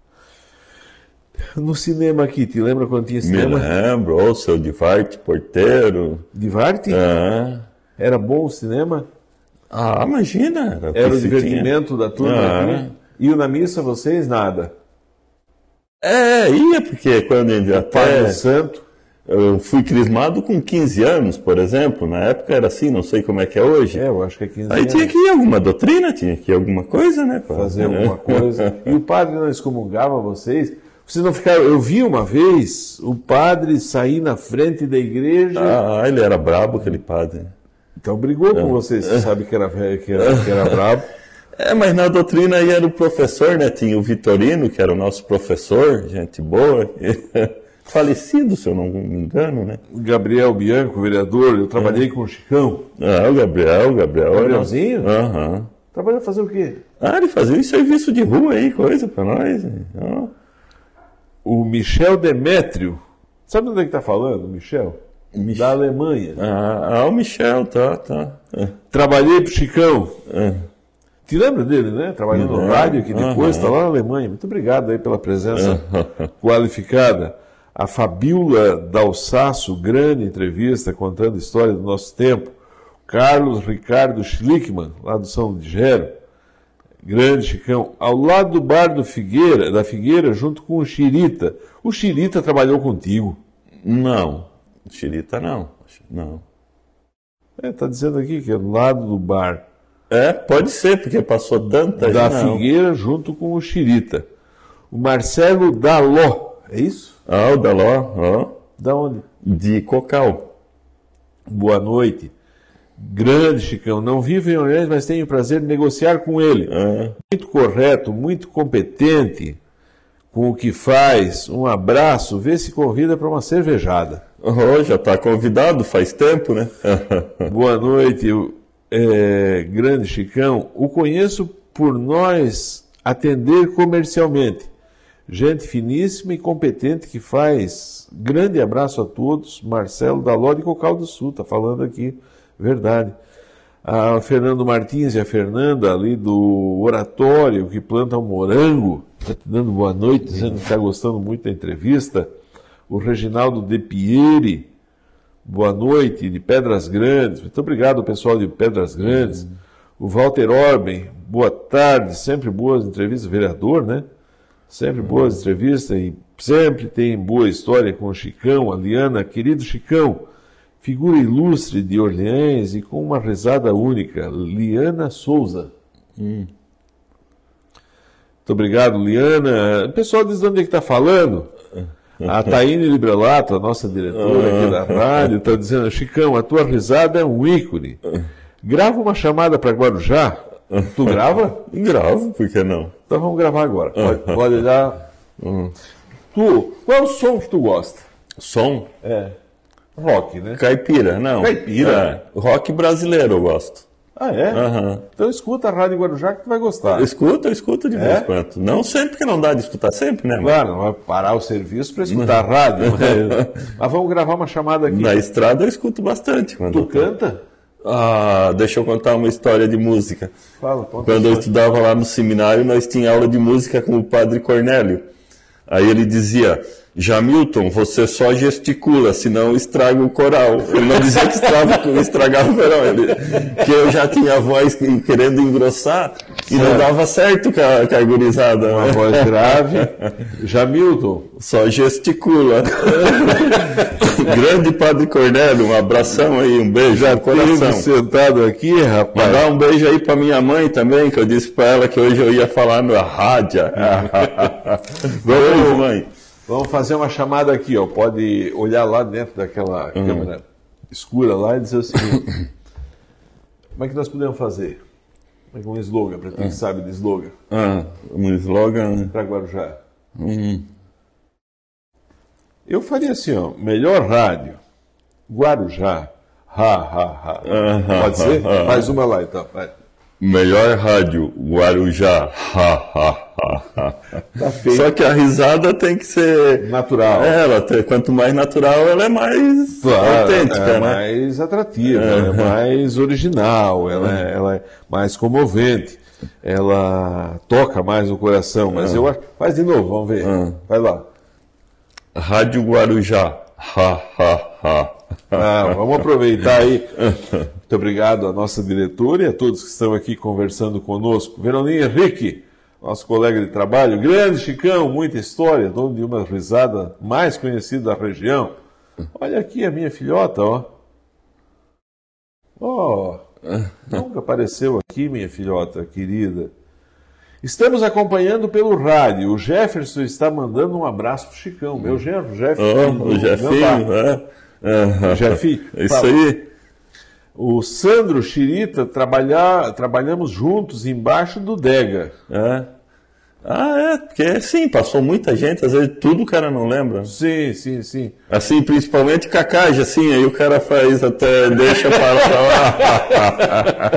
No cinema aqui, te lembra quando tinha Me cinema? lembro, o seu Divarte Porteiro. Divarte? Ah, Era bom o cinema? imagina. Era o que se divertimento da turma aqui? Iam na missa vocês? Nada. Ia, porque quando Padre Santo. eu fui crismado com 15 anos, por exemplo. Na época era assim, não sei como é que é hoje. Eu acho que é 15 Aí anos. tinha que ir alguma doutrina, tinha que ir alguma coisa, né? Fazer alguma coisa. E o padre não excomungava vocês? Vocês não ficaram... Eu vi uma vez o padre sair na frente da igreja... Ele era brabo, aquele padre. Então brigou com vocês, você sabe que era brabo. Mas na doutrina aí era o professor, né? Tinha o Vitorino, que era o nosso professor, gente boa. Falecido, se eu não me engano, né? Gabriel Bianco, vereador, eu trabalhei com o Chicão. O Gabriel. Gabrielzinho? Aham. Trabalhou fazer o quê? Ele fazia um serviço de rua aí, coisa pra nós. O Michel Demétrio. Sabe onde é que tá falando, Michel? Da Alemanha. O Michel, tá. Trabalhei pro Chicão. Te lembra dele, né? Trabalhando no rádio, que depois está lá na Alemanha. Muito obrigado aí pela presença qualificada. A Fabiola Dalsaço, grande entrevista contando a história do nosso tempo. Carlos Ricardo Schlickman, lá do São Ligero. Grande Chicão. Ao lado do bar da Figueira, junto com o Chirita. O Chirita trabalhou contigo? Não. Chirita não. Tá dizendo aqui que é do lado do bar. Pode ser, porque passou tanta Da gente. Figueira junto com o Chirita. O Marcelo Daló, é isso? O Daló, Da onde? de Cocal. Boa noite. Grande Chicão, não vivo em Orleans, mas tenho o prazer de negociar com ele. Muito correto, muito competente com o que faz. Um abraço, vê se convida para uma cervejada. Já está convidado faz tempo, né? Boa noite, grande Chicão. O conheço por nós atender comercialmente. Gente finíssima e competente que faz. Grande abraço a todos. Marcelo Daló de Cocal do Sul, está falando aqui. Verdade. A Fernando Martins e a Fernanda ali do Oratório, que plantam morango, está te dando boa noite, dizendo que está gostando muito da entrevista. O Reginaldo De Pieri, boa noite, de Pedras Grandes. Muito obrigado, pessoal de Pedras Grandes. O Walter Orben, boa tarde, sempre boas entrevistas, vereador, né? Sempre boas entrevistas e sempre tem boa história com o Chicão, a Liana, querido Chicão. Figura ilustre de Orleans e com uma risada única, Liana Souza. Muito obrigado, Liana. O pessoal diz de onde é que está falando. A Taine Librelato, a nossa diretora aqui da rádio, está dizendo, Chicão, a tua risada é um ícone. Grava uma chamada para Guarujá. Tu grava? Gravo, por que não? Então vamos gravar agora. Pode olhar. Qual é o som que tu gosta? Som? Rock, né? Caipira, não. Caipira? Rock brasileiro eu gosto. É? Então escuta a Rádio Guarujá que tu vai gostar. Eu escuto de vez em quando. Não sempre, que não dá de escutar sempre, né? Claro, não vai parar o serviço para escutar a rádio. Mas vamos gravar uma chamada aqui. Na estrada eu escuto bastante. Tu canta? Deixa eu contar uma história de música. Fala, quando eu estudava lá no seminário, nós tínhamos aula de música com o padre Cornélio. Aí ele dizia, Jamilton, você só gesticula, senão estraga o coral. Ele não dizia que estragava o coral, que eu já tinha a voz querendo engrossar e não dava certo com a gurizada. Uma voz grave. Jamilton. Só gesticula. Grande Padre Cornélio, um abração aí, um beijo no coração. Sentado aqui, rapaz. Mandar um beijo aí pra minha mãe também, que eu disse pra ela que hoje eu ia falar na rádio. Beijo, mãe. Vamos fazer uma chamada aqui, ó. Pode olhar lá dentro daquela câmera escura lá e dizer o seguinte. Como é que nós podemos fazer? Como é que um slogan, para quem sabe de slogan? Um slogan para Guarujá. Eu faria assim, ó. Melhor rádio. Guarujá. Pode ser? Faz uma lá então. Vai. Melhor rádio, Guarujá. Tá feio. Só que a risada tem que ser Natural. Quanto mais natural, ela é mais autêntica, é né? mais atrativa, ela é mais original, ela é mais comovente, ela toca mais o coração. Mas eu acho. Faz de novo, vamos ver. Vai lá. Rádio Guarujá. Vamos aproveitar aí. Muito obrigado à nossa diretora e a todos que estão aqui conversando conosco. Veroninha Henrique, nosso colega de trabalho, grande Chicão, muita história, dono de uma risada mais conhecida da região. Olha aqui a minha filhota, nunca apareceu aqui, minha filhota querida. Estamos acompanhando pelo rádio. O Jefferson está mandando um abraço pro Chicão, meu genro, Jefferson. O Jefinho, Jefinho. Isso aí. O Sandro Chirita, trabalhamos juntos embaixo do Dega. Porque sim, passou muita gente, às vezes tudo o cara não lembra. Sim. Assim, principalmente Cacage, assim, aí o cara faz até, deixa para lá.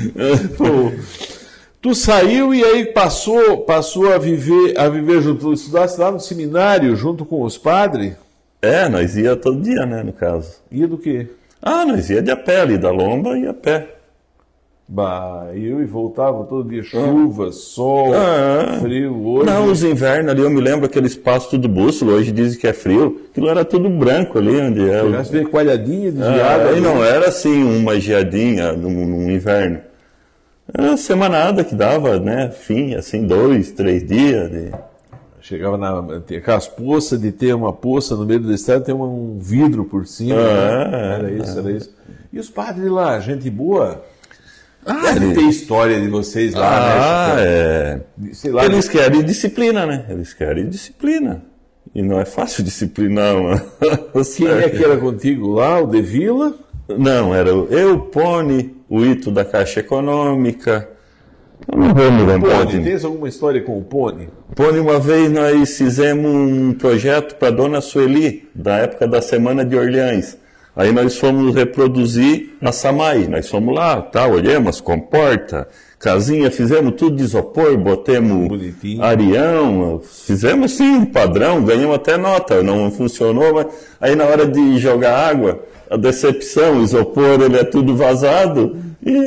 Tu saiu e aí passou a viver junto. Tu estudasse lá no seminário junto com os padres? Nós ia todo dia, né, no caso. Ia do quê? Nós ia de a pé ali, da Lomba e a pé. Eu e voltava todo dia, chuva, sol, frio. Hoje... Não, os invernos ali, eu me lembro aquele espaço tudo bússola, hoje dizem que é frio, aquilo era tudo branco ali, onde é. Chegasse a ver coalhadinha de geada. Aí não era assim uma geadinha no inverno. Era semanada que dava, né, fim, assim, 2, 3 dias. Chegava aquelas poças de ter uma poça no meio do estrado, tem um vidro por cima. Era isso. E os padres lá, gente boa? Deve ter história de vocês lá, né? Sei lá, Eles querem disciplina, né? Eles querem disciplina. E não é fácil disciplinar, mano. Quem é que era contigo lá? O De Vila? Não, era eu, Pony, o Ito da Caixa Econômica. Eu não vou me lembrar. Tens alguma história com o Pony? Pony, uma vez nós fizemos um projeto para a Dona Sueli, da época da Semana de Orleans. Aí nós fomos reproduzir a Samai. Nós fomos lá, olhamos, comporta, casinha, fizemos tudo de isopor, botemos bonitinho. Arião, fizemos assim um padrão, ganhamos até nota, não funcionou, mas aí na hora de jogar água, a decepção, o isopor, ele é tudo vazado. Aí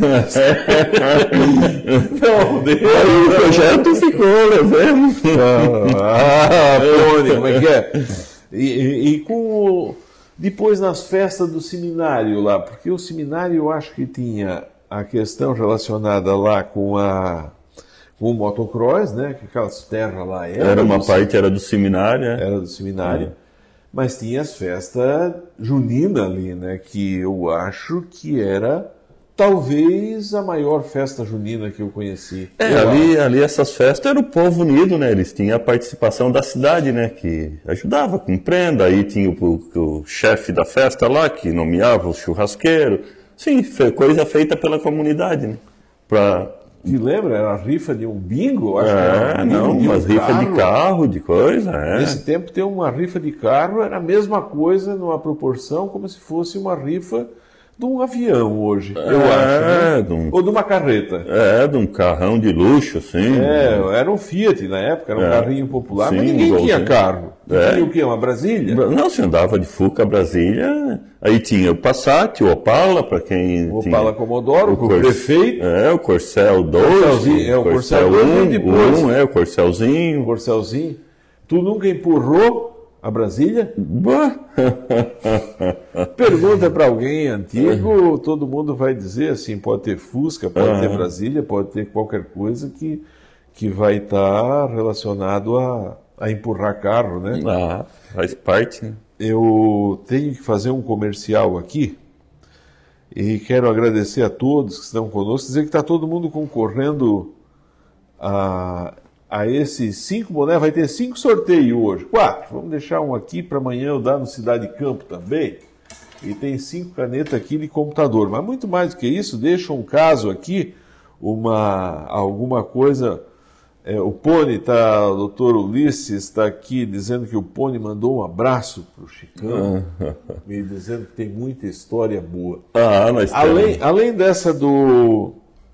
o projeto ficou, levemos. Pony, como é que é? E com depois nas festas do seminário lá, porque o seminário eu acho que tinha a questão relacionada lá com o motocross, né? Que aquelas terras lá era uma parte era do seminário, Era do seminário. Mas tinha as festas juninas ali, né? Que eu acho que era talvez a maior festa junina que eu conheci. Ali essas festas era o povo unido, né? Eles tinham a participação da cidade, né? Que ajudava com prenda. Aí tinha o chefe da festa lá, que nomeava o churrasqueiro. Sim, foi coisa feita pela comunidade, né? Te lembra? Era a rifa de um bingo? Umas rifas de carro, de coisa. Nesse tempo ter uma rifa de carro era a mesma coisa, numa proporção, como se fosse uma rifa de um avião hoje, eu acho. Né? Ou de uma carreta. De um carrão de luxo, assim. Era um Fiat na época, era um carrinho popular, sim, mas ninguém tinha carro. Tinha o quê? Uma Brasília? Não, você andava de Fuca, Brasília. Aí tinha o Passat, o Opala, para quem o tinha... Opala Commodoro, o prefeito. O Corcel 2. O Corcel 2 depois. O Corcelzinho. O Corcelzinho. Tu nunca empurrou a Brasília? Pergunta para alguém antigo, todo mundo vai dizer assim, pode ter Fusca, pode ter Brasília, pode ter qualquer coisa que vai estar relacionado a empurrar carro, né? Faz parte, né? Eu tenho que fazer um comercial aqui e quero agradecer a todos que estão conosco, dizer que está todo mundo concorrendo a esses 5 bonés. Vai ter 5 sorteios hoje, 4. Vamos deixar um aqui para amanhã eu dar no Cidade Campo também. E tem 5 canetas aqui de computador. Mas muito mais do que isso, deixa um caso aqui, alguma coisa. O Pony o doutor Ulisses está aqui dizendo que o Pony mandou um abraço para o Chicão, me dizendo que tem muita história boa. Nós temos. Além dessa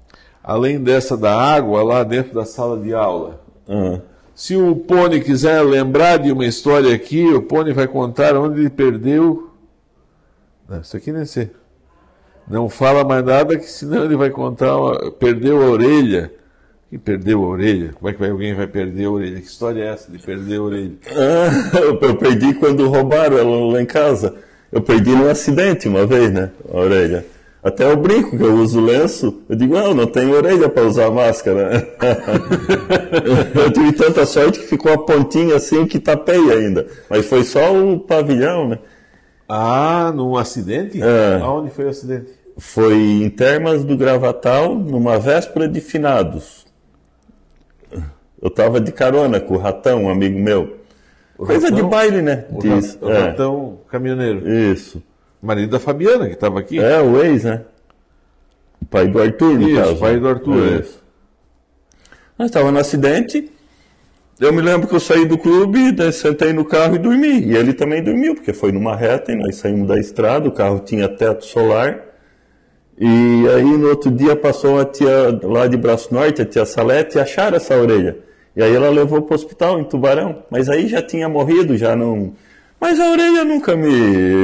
além dessa da água, lá dentro da sala de aula. Se o Pony quiser lembrar de uma história aqui, o Pony vai contar onde ele perdeu... Não, isso aqui nem sei. Não fala mais nada, que senão ele vai contar... Perdeu a orelha. E perdeu a orelha? Como é que alguém vai perder a orelha? Que história é essa de perder a orelha? Eu perdi quando roubaram ela lá em casa. Eu perdi num acidente uma vez, né? A orelha. Até eu brinco que eu uso lenço. Eu digo, não tenho orelha para usar máscara. Eu tive tanta sorte que ficou a pontinha assim que tapei ainda. Mas foi só o pavilhão, né? Num acidente? Aonde foi o acidente? Foi em Termas do Gravatal, numa véspera de finados. Eu estava de carona com o Ratão, um amigo meu. Coisa de baile, né? O Ratão caminhoneiro. Isso. Marido da Fabiana, que estava aqui. O ex, né? O pai do Arthur, no caso. O pai do Arthur, Isso. Nós estávamos no acidente. Eu me lembro que eu saí do clube, daí sentei no carro e dormi. E ele também dormiu, porque foi numa reta e nós saímos da estrada, o carro tinha teto solar. E aí no outro dia passou uma tia lá de Braço Norte, a tia Salete, e acharam essa orelha. E aí ela levou para o hospital em Tubarão. Mas aí já tinha morrido, já não... Mas a orelha nunca me...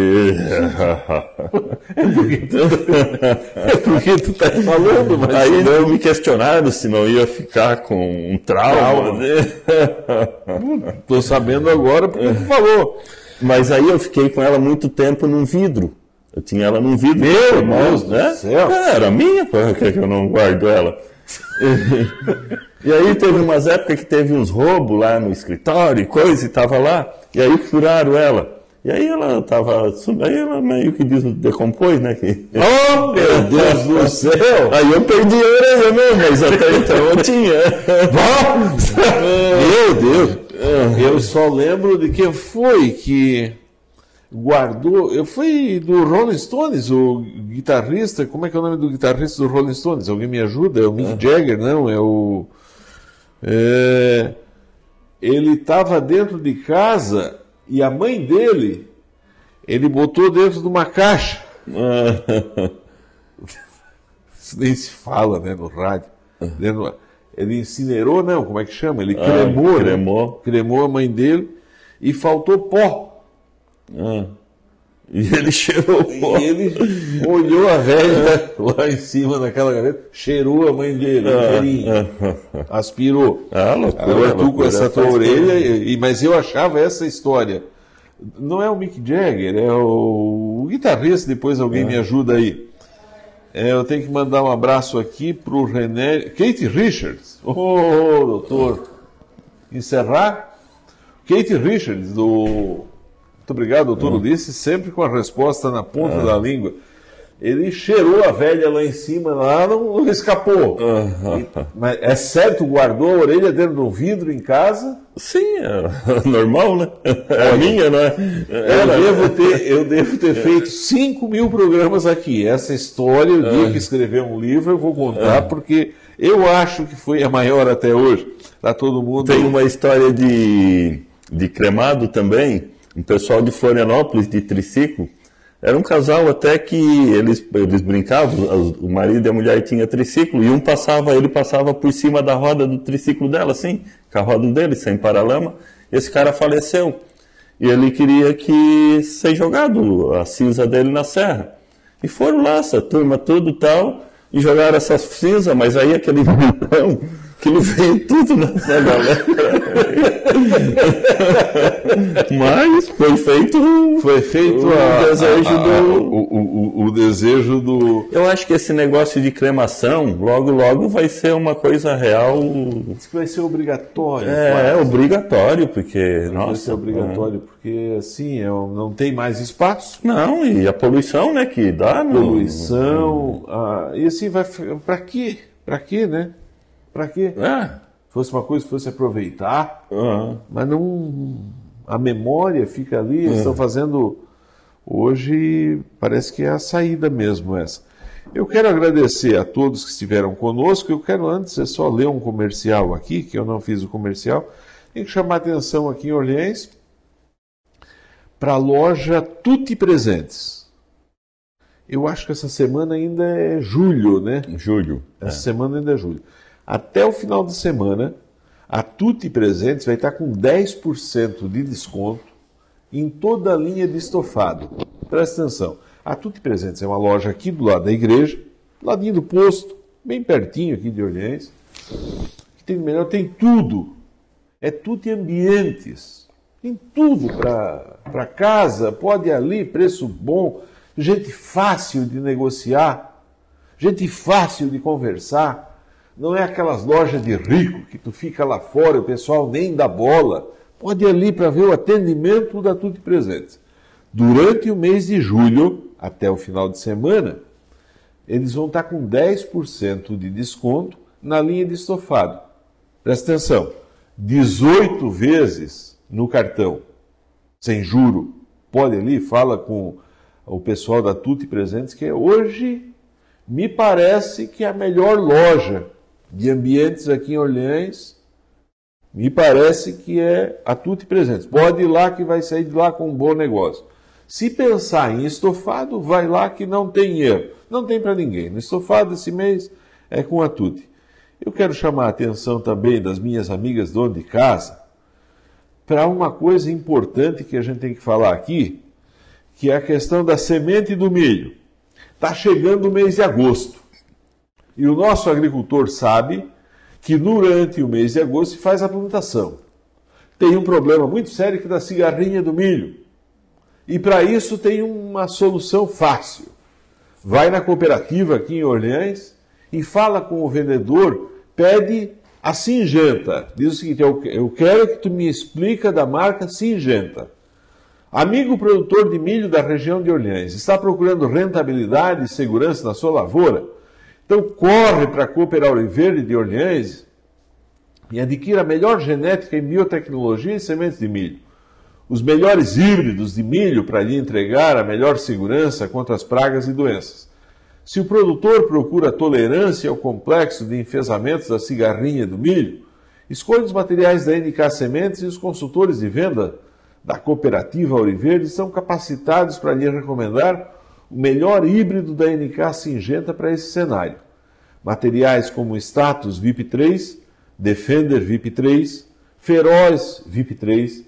É porque tu tá falando, mas... Aí não me questionaram se não ia ficar com um trauma. Tô sabendo agora porque tu falou. Mas aí eu fiquei com ela muito tempo num vidro. Eu tinha ela num vidro. Meu Deus do céu! Era minha, por que eu não guardo ela? E aí teve umas épocas que teve uns roubos lá no escritório e coisa, e tava lá, e aí furaram ela. E aí ela tava, aí ela meio que decompôs, né? Oh, meu Deus do céu! Aí eu perdi a orelha mesmo, mas até então eu tinha. Meu Deus! Eu só lembro de quem foi que guardou. Eu fui do Rolling Stones, o guitarrista. Como é que é o nome do guitarrista do Rolling Stones? Alguém me ajuda? É o Mick Jagger? Não, é o. Ele estava dentro de casa e a mãe dele, ele botou dentro de uma caixa. Isso nem se fala, né, no rádio. Ele incinerou, não, como é que chama? Ele cremou, cremou. Cremou a mãe dele e faltou pó. E ele cheirou o pó. E ele olhou a velha lá em cima naquela gaveta, cheirou a mãe dele, aspirou. Loucura, agora tu com essa tua orelha, mas eu achava essa história. Não é o Mick Jagger, é o guitarrista, depois alguém me ajuda aí. Eu tenho que mandar um abraço aqui pro René, Kate Richards. Doutor. Encerrar? Kate Richards, do... Muito obrigado, doutor Ulisses, sempre com a resposta na ponta da língua. Ele cheirou a velha lá em cima, lá não escapou. Mas é certo, guardou a orelha dentro do vidro em casa? Sim, é normal, né? É a minha, não é? Eu devo ter feito 5.000 programas aqui. Essa história, o dia que escrever um livro, eu vou contar, porque eu acho que foi a maior até hoje. Tá todo mundo... Tem uma história de cremado também. Um pessoal de Florianópolis, de triciclo, era um casal até que eles brincavam, o marido e a mulher tinham triciclo, e ele passava por cima da roda do triciclo dela, assim, com a roda dele, sem paralama. Esse cara faleceu, e ele queria que ser jogado a cinza dele na serra. E foram lá, essa turma tudo tal, e jogaram essas cinzas, mas aí aquele vulcão... Aquilo veio tudo na galera. Mas foi feito o desejo do... Eu acho que esse negócio de cremação, logo vai ser uma coisa real. Diz que vai ser obrigatório. É obrigatório, porque... Vai ser obrigatório, porque assim, não tem mais espaço. Não, e a poluição, né, que dá... Poluição, e assim, vai... Pra quê? Pra quê, né? Para quê? Fosse uma coisa que fosse aproveitar, mas não... A memória fica ali, eles estão fazendo... Hoje parece que é a saída mesmo essa. Eu quero agradecer a todos que estiveram conosco. Eu quero antes só ler um comercial aqui, que eu não fiz o comercial. Tem que chamar a atenção aqui em Orleans para a loja Tutti Presentes. Eu acho que essa semana ainda é julho, né? Julho. Essa semana ainda é julho. Até o final de semana, a Tutti Presentes vai estar com 10% de desconto em toda a linha de estofado. Presta atenção. A Tutti Presentes é uma loja aqui do lado da igreja, ladinho do posto, bem pertinho aqui de Orleans. Tem melhor, tem tudo. É Tutti Ambientes. Tem tudo para casa, pode ir ali, preço bom, gente fácil de negociar, gente fácil de conversar. Não é aquelas lojas de rico que tu fica lá fora e o pessoal nem dá bola. Pode ir ali para ver o atendimento da Tutti Presentes. Durante o mês de julho, até o final de semana, eles vão estar com 10% de desconto na linha de estofado. Presta atenção, 18 vezes no cartão, sem juro. Pode ir ali, fala com o pessoal da Tutti Presentes, que hoje me parece que é a melhor loja de ambientes aqui em Orleans. Me parece que é a Tutti Presentes. Pode ir lá que vai sair de lá com um bom negócio. Se pensar em estofado, vai lá que não tem erro. Não tem para ninguém. No estofado esse mês é com a Tutti. Eu quero chamar a atenção também das minhas amigas donas de casa para uma coisa importante que a gente tem que falar aqui, que é a questão da semente do milho. Está chegando o mês de agosto. E o nosso agricultor sabe que durante o mês de agosto se faz a plantação. Tem um problema muito sério que é da cigarrinha do milho. E para isso tem uma solução fácil. Vai na cooperativa aqui em Orleans e fala com o vendedor, pede a Syngenta. Diz o seguinte, eu quero que tu me explica da marca Syngenta. Amigo produtor de milho da região de Orleans, está procurando rentabilidade e segurança na sua lavoura? Então corre para a Cooper Auriverde de Orleans e adquira a melhor genética em biotecnologia e sementes de milho. Os melhores híbridos de milho para lhe entregar a melhor segurança contra as pragas e doenças. Se o produtor procura tolerância ao complexo de enfesamentos da cigarrinha do milho, escolha os materiais da NK Sementes e os consultores de venda da Cooperativa Auriverde estão capacitados para lhe recomendar o melhor híbrido da NK Syngenta para esse cenário. Materiais como Status VIP3, Defender VIP3, Feroz VIP3,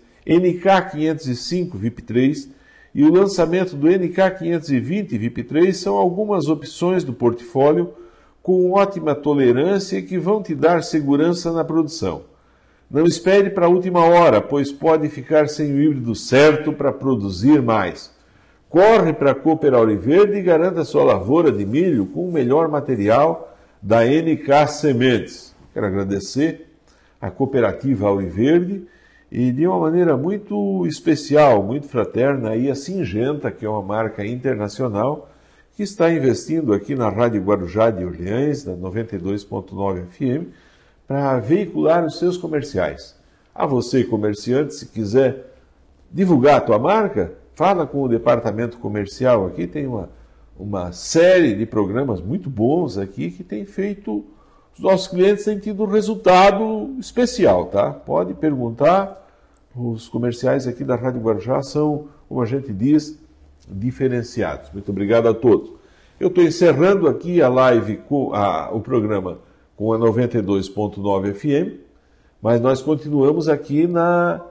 NK505 VIP3 e o lançamento do NK520 VIP3 são algumas opções do portfólio com ótima tolerância e que vão te dar segurança na produção. Não espere para a última hora, pois pode ficar sem o híbrido certo para produzir mais. Corre para a Cooper Auriverde e garanta sua lavoura de milho com o melhor material da NK Sementes. Quero agradecer à Cooperativa Auriverde e de uma maneira muito especial, muito fraterna, aí a Syngenta, que é uma marca internacional, que está investindo aqui na Rádio Guarujá de Orleans, da 92.9 FM, para veicular os seus comerciais. A você, comerciante, se quiser divulgar a tua marca, fala com o departamento comercial aqui, tem uma série de programas muito bons aqui que tem feito, os nossos clientes têm tido resultado especial, tá? Pode perguntar, os comerciais aqui da Rádio Guarujá são, como a gente diz, diferenciados. Muito obrigado a todos. Eu estou encerrando aqui a live, o programa com a 92.9 FM, mas nós continuamos aqui na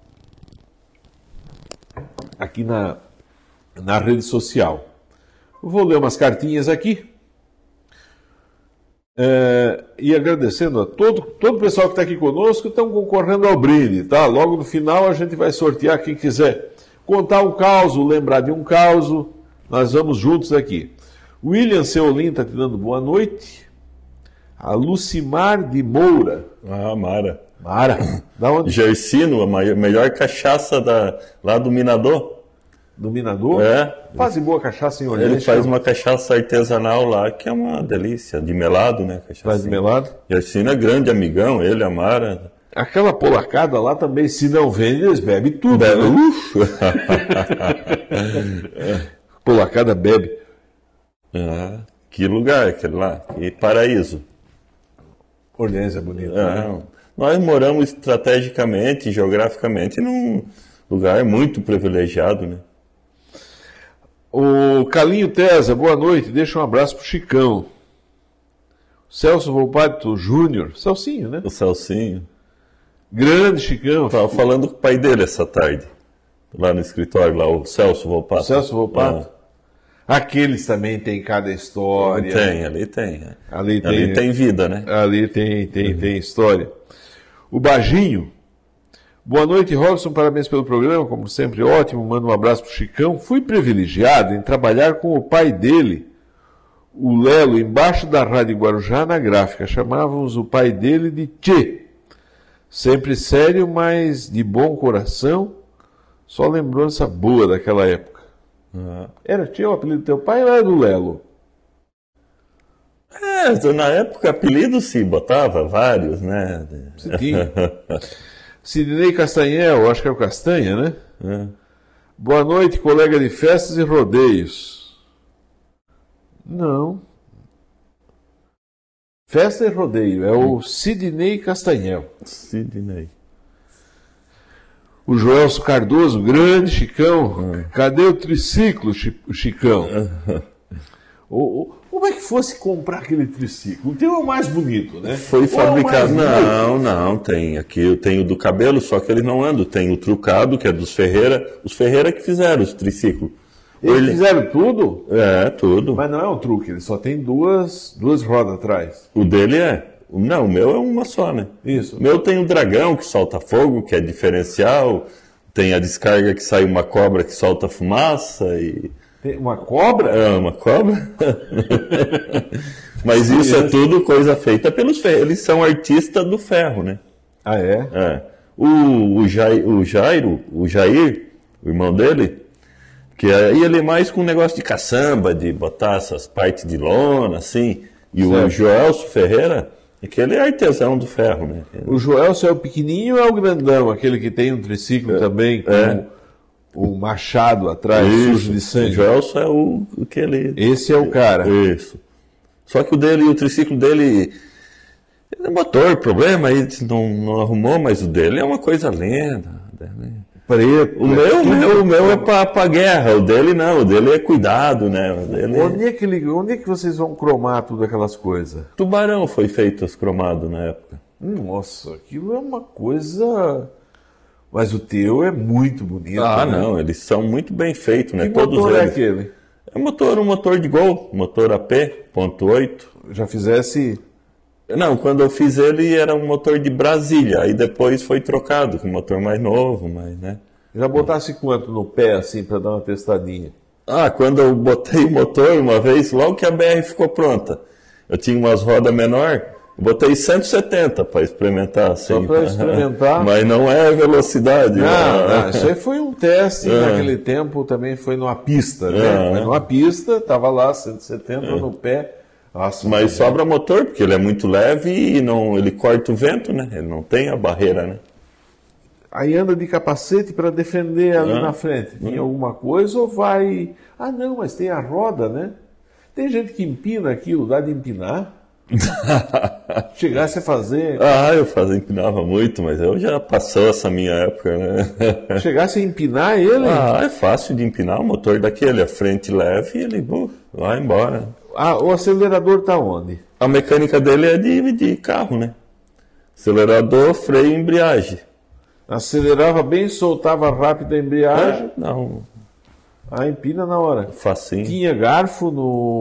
rede social. Eu vou ler umas cartinhas aqui e agradecendo a todo o pessoal que está aqui conosco, que estão concorrendo ao brinde, tá? Logo no final a gente vai sortear quem quiser contar um caos, lembrar de um caos, nós vamos juntos aqui. William Seolim está te dando boa noite. A Lucimar de Moura. Ah, Mara. Mara. Da onde? Gersino, a melhor cachaça lá do Minador. Do Minador? É. Faz boa cachaça em Orleans. Ele faz uma cachaça artesanal lá, que é uma delícia. De melado, né? Cachaça. Faz de melado? Gersino é grande amigão, ele, a Mara. Aquela polacada lá também, se não vende, eles bebem tudo. Bebe. Né? Polacada bebe. Ah, que lugar aquele lá, que paraíso. Orleans é bonito. Né? Nós moramos estrategicamente, geograficamente, num lugar muito privilegiado, né? O Calinho Tesa, boa noite, deixa um abraço pro Chicão. Celso Volpato Júnior, Celcinho, né? O Celcinho. Grande Chicão. Estava falando com o pai dele essa tarde, lá no escritório, lá, o Celso Volpato. Celso Volpato. Aqueles também tem cada história. Ali tem. Ali tem vida, né? Ali tem história. O Baginho. Boa noite, Robson, parabéns pelo programa, como sempre ótimo, manda um abraço pro Chicão. Fui privilegiado em trabalhar com o pai dele, o Lelo, embaixo da Rádio Guarujá, na gráfica. Chamávamos o pai dele de Tchê. Sempre sério, mas de bom coração. Só lembrança boa daquela época. Era Tchê o apelido do teu pai ou era do Lelo? Na época apelido se botava vários, né? Você tinha. Sidney Castanhel, acho que é o Castanha, né? Boa noite, colega de festas e rodeios. Não. Festa e rodeio, é o Sidney Castanhel. Sidney. O Joelso Cardoso, grande Chicão. Cadê o triciclo, Chicão? Como é que fosse comprar aquele triciclo? O teu é o mais bonito, né? Foi fabricado. Não, tem. Aqui eu tenho do cabelo, só que eles não andam. Tem o trucado, que é dos Ferreira. Os Ferreira que fizeram os triciclos. Eles fizeram tudo? Tudo. Mas não é um truque, ele só tem duas rodas atrás. O dele é. Não, o meu é uma só, né? Isso. O meu tem o dragão que solta fogo, que é diferencial. Tem a descarga que sai uma cobra que solta fumaça e... Tem uma cobra? Uma cobra. Mas isso é tudo coisa feita pelos ferros. Eles são artistas do ferro, né? Ah, é? O Jair, o irmão dele, que aí ele é mais com um negócio de caçamba, de botar essas partes de lona, assim. E certo. O Joelso Ferreira, que ele é artesão do ferro, né? O Joelso é o pequenininho ou é o grandão? Aquele que tem um triciclo também com o machado atrás, sujo de sangue. O Joelso é o que ele... Esse é o cara. Isso. Só que o triciclo dele... É motor, problema, aí não arrumou, mas o dele é uma coisa linda. Preto. O meu é pra guerra, o dele não, o dele é cuidado, né? Onde é que vocês vão cromar tudo aquelas coisas? Tubarão foi feito os cromados na época. Nossa, aquilo é uma coisa... Mas o teu é muito bonito. Né? Não, eles são muito bem feitos, né? Que motor é aquele? É um motor de Gol, motor AP, 1.8. Já fizesse... Não, quando eu fiz ele era um motor de Brasília, aí depois foi trocado com um motor mais novo, né? Já botasse quanto no pé, assim, para dar uma testadinha? Quando eu botei o motor uma vez, logo que a BR ficou pronta, eu tinha umas rodas menor, botei 170 para experimentar. Assim, só para experimentar? Mas não é velocidade. Não, isso aí foi um teste, naquele tempo também foi numa pista, né? Foi numa pista, estava lá, 170 no pé. Nossa, mas sobra motor, porque ele é muito leve e ele corta o vento, né? Ele não tem a barreira, né? Aí anda de capacete para defender ali na frente. Tem alguma coisa ou vai... não, mas tem a roda, né? Tem gente que empina aquilo, dá de empinar. Chegasse a fazer... eu empinava muito, mas eu já passou essa minha época, né? Chegasse a empinar ele? É fácil de empinar o motor daquele, a frente leve e ele vai embora. O acelerador está onde? A mecânica dele é de carro, né? Acelerador, freio e embreagem. Acelerava bem, soltava rápido a embreagem? Não. Empina na hora. Facinho. Tinha garfo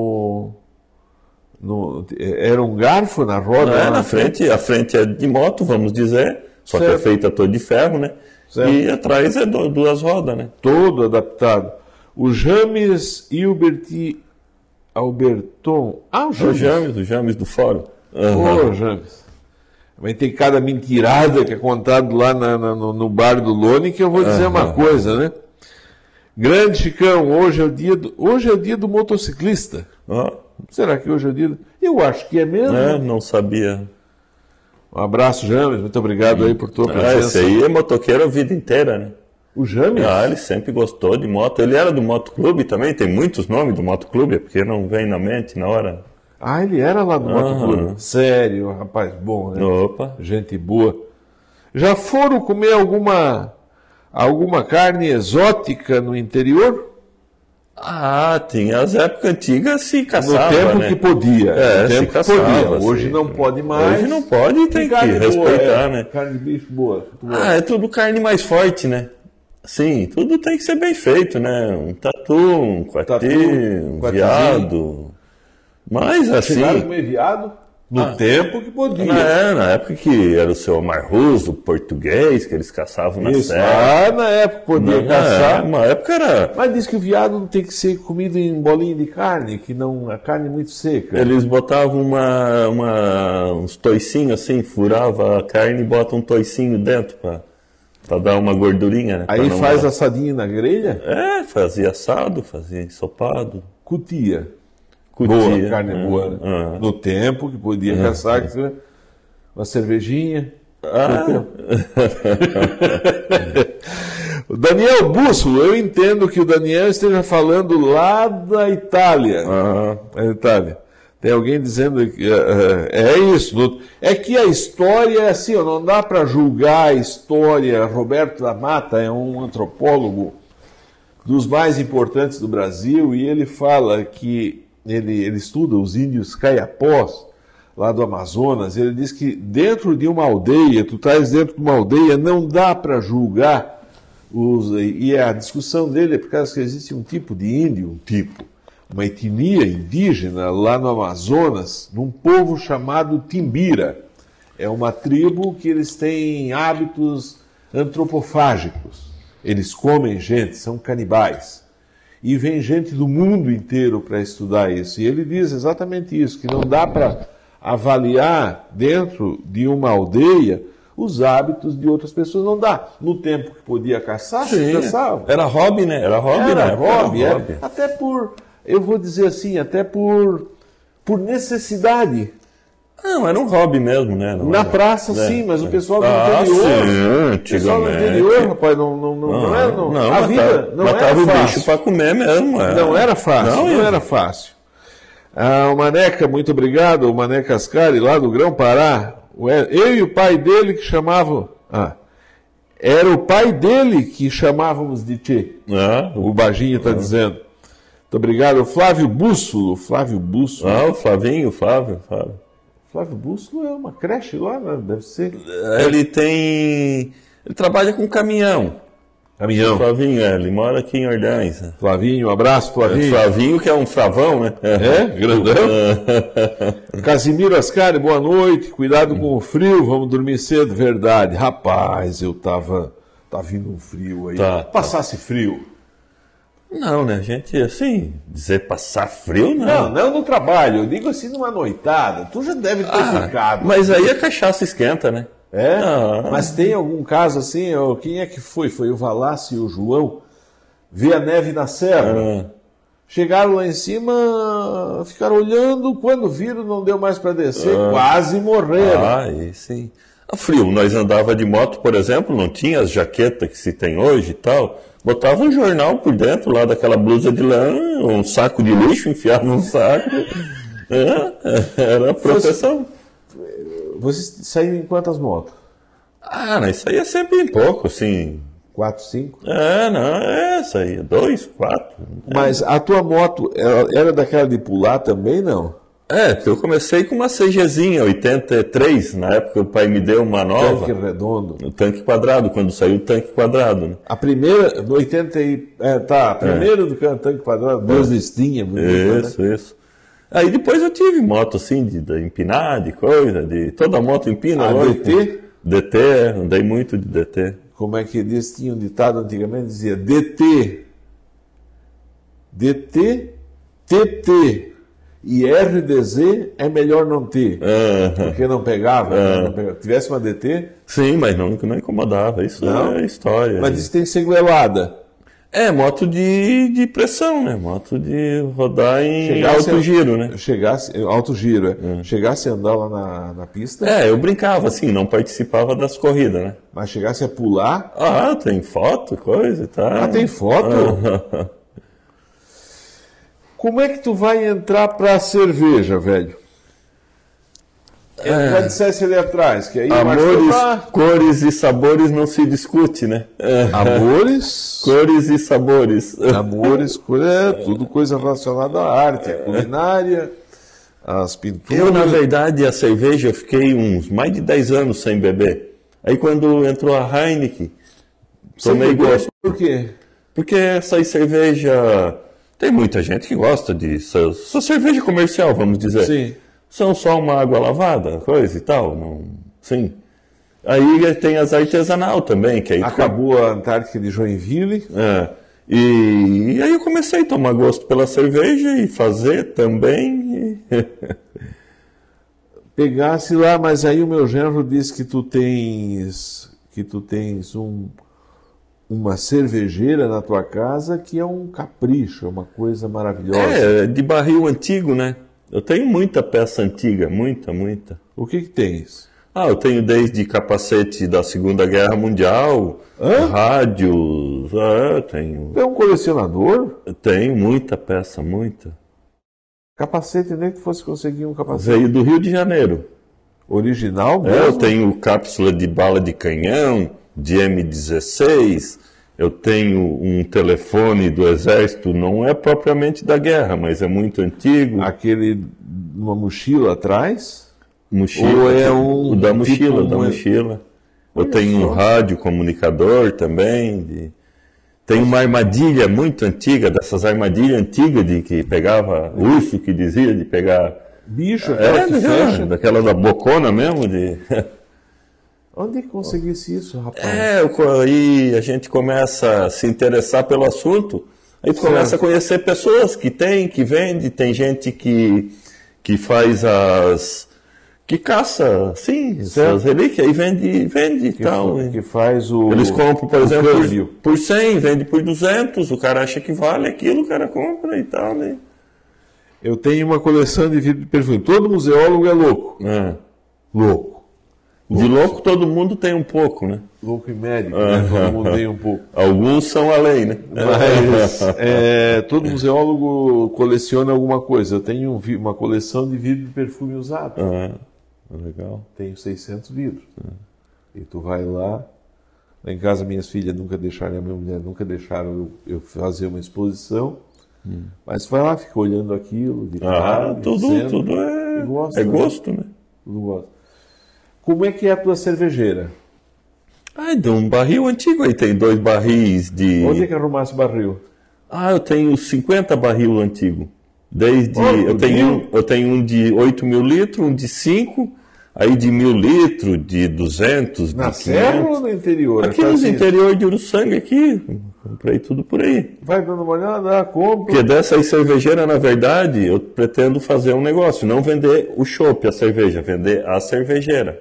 era um garfo na roda? Na frente. A frente é de moto, vamos dizer. Só certo. Que é feita toda de ferro, né? Certo. E atrás é duas rodas, né? Todo adaptado. O James e o Alberton. O James do fórum. O James. Mas tem cada mentirada que é contado lá no bar do Lone que eu vou dizer uma coisa, né? Grande Chicão, hoje é o dia do motociclista. Será que hoje é o dia? Eu acho que é mesmo. Não sabia. Um abraço, James. Muito obrigado aí por tua presença. Esse aí é motoqueiro a vida inteira, né? O James? Ele sempre gostou de moto. Ele era do motoclube também, tem muitos nomes do motoclube, porque não vem na mente na hora. Ele era lá do motoclube? Sério, rapaz bom, né? Opa. Gente boa. Já foram comer alguma carne exótica no interior? Ah, tinha as épocas antigas se caçava, no tempo né? que podia. No tempo que caçava, podia. Hoje não pode mais. Hoje não pode e tem que respeitar, né? Carne de bicho boa. É tudo carne mais forte, né? Sim, tudo tem que ser bem feito, né? Um tatu, um coati, um viado. Mas assim... Chegaram a comer viado no tempo que podia. Na época que era o seu Marruso, português, que eles caçavam na serra. Na época podia caçar. Uma época era... Mas diz que o viado não tem que ser comido em bolinha de carne, que não, a carne é muito seca. Eles botavam uns toicinhos assim, furava a carne e botam um toicinho dentro para dar uma gordurinha, né? Aí faz assadinho na grelha? Fazia assado, fazia ensopado. Cutia. Boa, carne boa. Né? No tempo que podia caçar, uma cervejinha. O Daniel Bússolo, eu entendo que o Daniel esteja falando lá da Itália. Da Itália. Tem alguém dizendo que é isso. É que a história é assim, não dá para julgar a história. Roberto da Mata é um antropólogo dos mais importantes do Brasil e ele fala que ele estuda os índios caiapós lá do Amazonas. Ele diz que dentro de uma aldeia, tu estás dentro de uma aldeia, não dá para julgar e a discussão dele é por causa que existe um tipo de índio, uma etnia indígena lá no Amazonas, num povo chamado Timbira. É uma tribo que eles têm hábitos antropofágicos. Eles comem gente, são canibais. E vem gente do mundo inteiro para estudar isso. E ele diz exatamente isso, que não dá para avaliar dentro de uma aldeia os hábitos de outras pessoas. Não dá. No tempo que podia caçar, caçava. Era hobby, né? Era hobby. Até por... Eu vou dizer assim, até por necessidade. Não, era um hobby mesmo, né? Na praça, sim, mas o pessoal do interior... O pessoal do interior, rapaz, não a vida não era fácil. Matava o bicho para comer mesmo. Não era fácil, não era fácil. O Maneca, muito obrigado, o Maneca Ascari, lá do Grão-Pará. Eu e o pai dele que chamavam... era o pai dele que chamávamos de Tchê. O Baginho está dizendo. Muito obrigado. Flávio Bússolo. O Flavinho, Flávio. Flávio Bússolo é uma creche lá, né? Deve ser. Ele trabalha com caminhão. O Flavinho, ele mora aqui em Ordens. Flavinho, um abraço, Flavinho. Flavinho, que é um fravão, né? Grandão. Casimiro Ascari, boa noite. Cuidado com o frio, vamos dormir cedo. Verdade. Rapaz, eu tava vindo um frio aí. Passasse frio. Não, né, gente, assim, dizer passar frio, não. Não no trabalho, eu digo assim numa noitada, tu já deve ter ficado. Mas aí a cachaça esquenta, né? Mas tem algum caso assim, quem é que foi? Foi o Valassi e o João, ver a neve na serra. Chegaram lá em cima, ficaram olhando, quando viram não deu mais para descer, quase morreram. Aí sim. Frio, nós andava de moto, por exemplo, não tinha as jaquetas que se tem hoje e tal. Botava um jornal por dentro lá daquela blusa de lã, um saco de lixo, enfiava no saco. Era a proteção. Vocês saíram em quantas motos? Nós saía sempre em pouco, assim. 4, 5? Saía 2, 4. Mas a tua moto era daquela de pular também, não? Eu comecei com uma CGzinha, 83, na época o pai me deu uma nova. Tanque redondo. O tanque quadrado, quando saiu o tanque quadrado. Né? A primeira, no 80 a primeira do tanque quadrado, 2 listinhas. Isso. Aí depois eu tive moto assim, de empinar, de coisa, toda moto empina. DT? DT, andei muito de DT. Como é que eles tinham ditado antigamente? Dizia DT, TT. E RDZ é melhor não ter, porque não pegava, Tivesse uma DT... Sim, mas não incomodava, isso é história. Mas isso tem que ser goelada. Moto de pressão, né? Moto de rodar em alto giro, né? Alto giro, Chegasse a andar lá na pista... eu brincava assim, não participava das corridas, né? Mas chegasse a pular... tem foto, coisa e tal. Tem foto? Como é que tu vai entrar para a cerveja, velho? Já dissesse ali atrás, que aí amores, cores e sabores não se discute, né? Amores, cores e sabores. Amores, tudo coisa relacionada à arte, à culinária, às pinturas. Eu, na verdade, a cerveja, eu fiquei uns mais de 10 anos sem beber. Aí quando entrou a Heineken, tomei gosto. Por quê? Porque essa cerveja... Tem muita gente que gosta de... Só cerveja comercial, vamos dizer. Sim. São só uma água lavada, coisa e tal. Não, sim. Aí tem as artesanal também. Que aí acabou a Antártica de Joinville. E aí eu comecei a tomar gosto pela cerveja e fazer também. Pegasse lá, mas aí o meu genro disse que tu tens uma cervejeira na tua casa que é um capricho, é uma coisa maravilhosa. É, de barril antigo, né? Eu tenho muita peça antiga, muita. O que tens? Eu tenho desde capacete da Segunda Guerra Mundial, rádios, tenho... Tu é um colecionador? Eu tenho muita peça, muita. Capacete, nem que fosse conseguir um capacete. Veio do Rio de Janeiro. Original mesmo? Eu tenho cápsula de bala de canhão, de M16, eu tenho um telefone do Exército, não é propriamente da guerra, mas é muito antigo. Aquele, uma mochila atrás? Mochila, ou é o da mochila, da mochila. Eu tenho um rádio comunicador também. Tem uma armadilha muito antiga, dessas armadilhas antigas de que pegava urso, que dizia de pegar... Bicho, aquela que fecha. Daquela da bocona mesmo, de... Onde conseguisse isso, rapaz? Aí a gente começa a se interessar pelo assunto, aí tu começa a conhecer pessoas que vende, tem gente que faz que caça, sim, essas relíquias, aí vende e tal. Que faz o... Eles compram, por exemplo, por 100, vende por 200, o cara acha que vale aquilo, o cara compra e tal, né? Eu tenho uma coleção de vidro de perfume. Todo museólogo é louco. Louco. De louco todo mundo tem um pouco, né? Louco e médico, né? Todo mundo tem um pouco. Alguns são além, né? Mas todo museólogo coleciona alguma coisa. Eu tenho uma coleção de vidro de perfume usado. Legal. Tenho 600 vidros. E tu vai lá em casa minhas filhas nunca deixaram, a minha mulher nunca deixaram eu fazer uma exposição. Mas vai lá, fica olhando aquilo. Tudo gosta, é gosto, né? Tudo gosta. Como é que é a tua cervejeira? De um barril antigo aí, tem 2 barris de... Onde é que arrumasse barril? Eu tenho 50 barril antigo. Eu tenho um de 8 mil litros, um de 5, aí de 1000 litros, de 200, na de 500. serra ou no interior? Aqui nos interior de Uruçanga, aqui. Comprei tudo por aí. Vai dando uma olhada, compra. Porque dessa aí cervejeira, na verdade, eu pretendo fazer um negócio. Não vender o chopp, a cerveja, vender a cervejeira.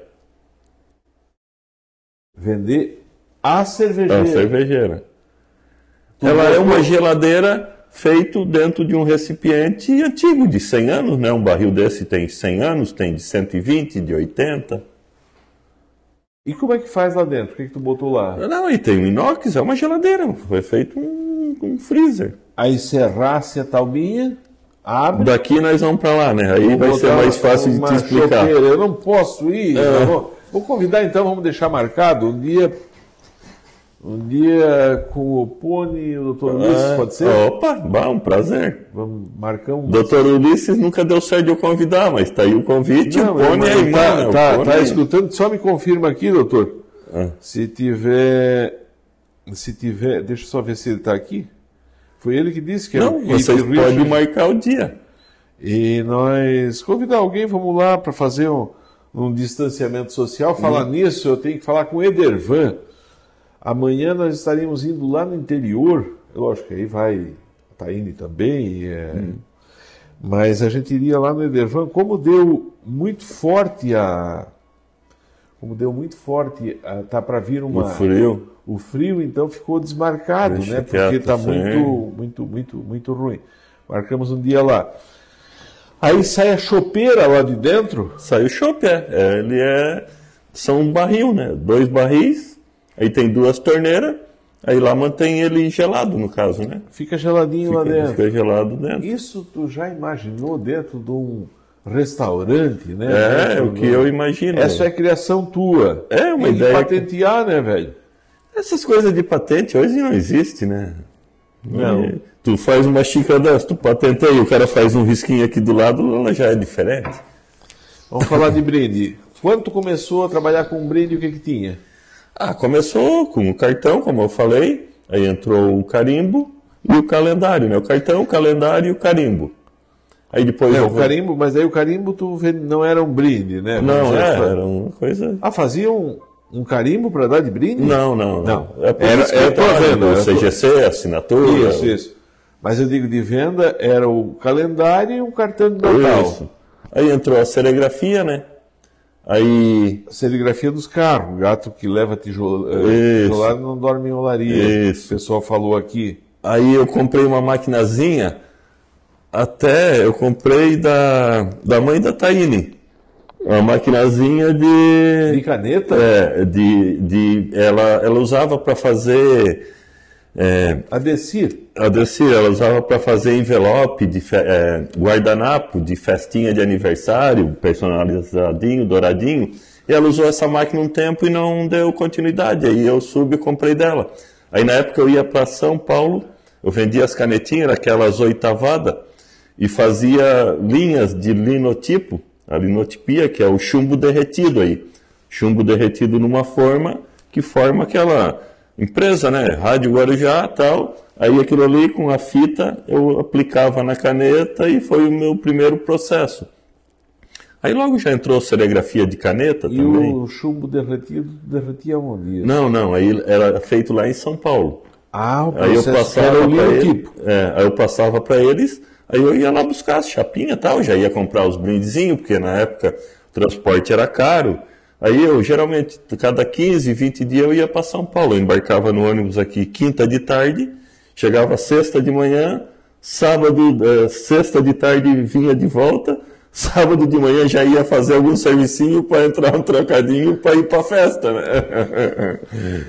Vender a cervejeira. A cervejeira. Ela é uma geladeira feita dentro de um recipiente antigo, de 100 anos, né? Um barril desse tem 100 anos, tem de 120, de 80. E como é que faz lá dentro? O que tu botou lá? Não, e tem um inox, é uma geladeira. Foi feito um freezer. Aí serrasse a taubinha, abre... Daqui nós vamos para lá, né? Aí vai ser mais fácil de te explicar. Chopeira. Eu não posso ir. Vou convidar então, vamos deixar marcado um dia com o Pony e o Dr. Ulisses, pode ser? Opa, um prazer. Vamos marcar um... Dr. Ulisses nunca deu certo de eu convidar, mas tá aí o convite, o Pony aí, mano. Tá escutando? Só me confirma aqui, doutor. Se tiver... Deixa eu só ver se ele está aqui. Foi ele que disse que... Não, vocês podem marcar o dia. E nós convidar alguém, vamos lá para fazer um distanciamento social. Falar nisso, eu tenho que falar com o Edervan. Amanhã nós estaremos indo lá no interior. Lógico que aí vai Taine também. Mas a gente iria lá no Edervan. Como deu muito forte tá para vir o frio. O frio, então ficou desmarcado, né? Porque está muito ruim. Marcamos um dia lá. Aí sai a chopeira lá de dentro? Sai o chopp, são um barril, né? 2 barris, aí tem 2 torneiras, aí lá mantém ele gelado, no caso, né? Fica geladinho lá dentro. Fica gelado dentro. Isso tu já imaginou dentro restaurante, né? É o que eu imagino. Essa é criação tua. É uma Tem que ideia. patentear, né, velho? Essas coisas de patente hoje não existem, né? Não. Tu faz uma xícara dessa, tu patenteia, o cara faz um risquinho aqui do lado, ela já é diferente. Vamos falar de brinde. Quando tu começou a trabalhar com brinde, o que tinha? Começou com o cartão, como eu falei, aí entrou o carimbo e o calendário, né? O cartão, o calendário e o carimbo. Aí depois o carimbo, mas aí o carimbo não era um brinde, né? Não, era uma coisa... Faziam um carimbo para dar de brinde? Não. É para venda. O CGC, assinatura. Isso. Mas eu digo de venda, era o calendário e um cartão de Natal. Isso. Aí entrou a serigrafia, né? Aí... A serigrafia dos carros. Gato que leva tijolado não dorme em olaria. Isso. O pessoal falou aqui. Aí eu comprei uma maquinazinha, eu comprei da mãe da Taine. Uma maquinazinha de caneta? Ela usava para fazer... Adesir, ela usava para fazer envelope, guardanapo de festinha de aniversário, personalizadinho, douradinho. E ela usou essa máquina um tempo e não deu continuidade. Aí eu comprei dela. Aí na época eu ia para São Paulo, eu vendia as canetinhas, aquelas oitavadas, e fazia linhas de linotipo, a linotipia, que é o chumbo derretido aí. Chumbo derretido numa forma que forma aquela empresa, né? Rádio Guarujá, tal. Aí aquilo ali com a fita eu aplicava na caneta e foi o meu primeiro processo. Aí logo já entrou serigrafia de caneta também. E o chumbo derretido derretia onde? Não, aí era feito lá em São Paulo. O aí eu passava era o tipo. Aí eu passava para eles, aí eu ia lá buscar as chapinhas e tal, já ia comprar os brindezinhos, porque na época o transporte era caro. Aí eu, geralmente, cada 15, 20 dias eu ia para São Paulo. Eu embarcava no ônibus aqui quinta de tarde, chegava sexta de manhã, sexta de tarde vinha de volta, sábado de manhã já ia fazer algum servicinho para entrar um trocadinho para ir para a festa, né?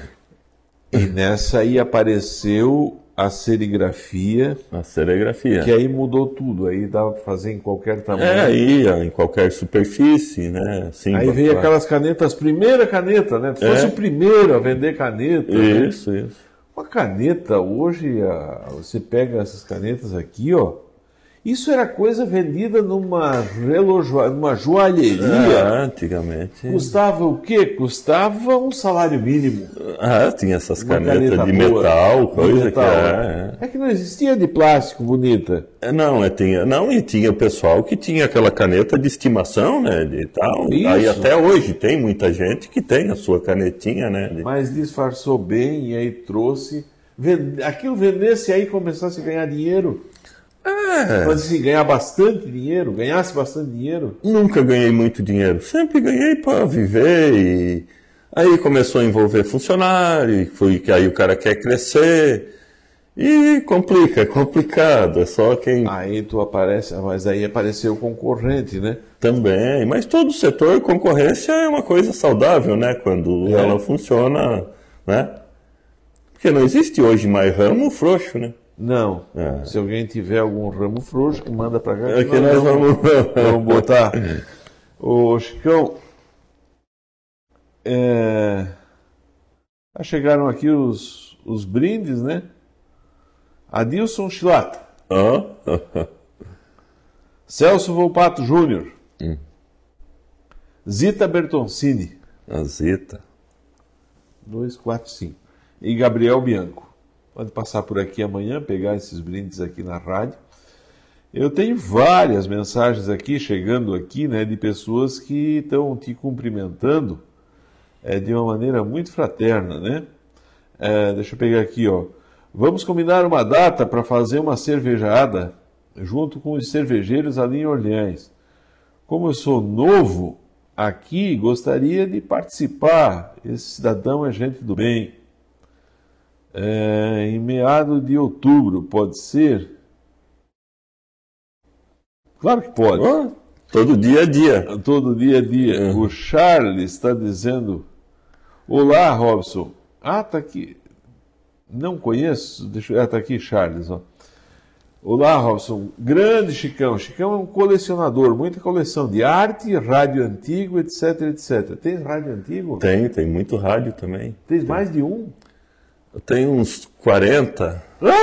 E nessa aí apareceu a serigrafia. Que aí mudou tudo, aí dava para fazer em qualquer tamanho. Ia em qualquer superfície, né? Assim, aí veio aquelas canetas, primeira caneta, né? Tu fosse o primeiro a vender caneta. Isso. Uma caneta, hoje, você pega essas canetas aqui, ó. Isso era coisa vendida numa joalheria. Antigamente. Custava o quê? Custava um salário mínimo. Tinha essas canetas de metal, coisa que É que não existia de plástico bonita. E tinha pessoal que tinha aquela caneta de estimação, né? De tal. Isso. Aí até hoje tem muita gente que tem a sua canetinha, né? Mas disfarçou bem e aí trouxe. Aquilo vendesse aí e começasse a ganhar dinheiro. Mas assim, ganhasse bastante dinheiro? Nunca ganhei muito dinheiro, sempre ganhei para viver e aí começou a envolver funcionário, que aí o cara quer crescer e é complicado, é só quem... Aí tu aparece, mas aí apareceu o concorrente, né? Também, mas todo setor, concorrência é uma coisa saudável, né? Quando ela funciona, né? Porque não existe hoje mais ramo frouxo, né? Não. Se alguém tiver algum ramo frouxo, que manda para cá. Que nós vamos botar. Ô, Chicão, chegaram aqui os brindes, né? Adilson Chilata. Celso Volpato Júnior. Zita Bertoncini. A Zita. 245. E Gabriel Bianco. Pode passar por aqui amanhã, pegar esses brindes aqui na rádio. Eu tenho várias mensagens aqui, chegando aqui, né, de pessoas que estão te cumprimentando de uma maneira muito fraterna, né? Deixa eu pegar aqui, ó. Vamos combinar uma data para fazer uma cervejada junto com os cervejeiros ali em Orleans. Como eu sou novo aqui, gostaria de participar. Esse cidadão é gente do bem. Em meados de outubro, pode ser? Claro que pode. Todo dia a dia. Todo dia a dia. O Charles está dizendo: olá, Robson. Tá aqui. Não conheço. Tá aqui, Charles. Ó. Olá, Robson. Grande Chicão. Chicão é um colecionador, muita coleção de arte, rádio antigo, etc, etc. Tem rádio antigo? Tem muito rádio também. Tem mais de um? Eu tenho uns 40.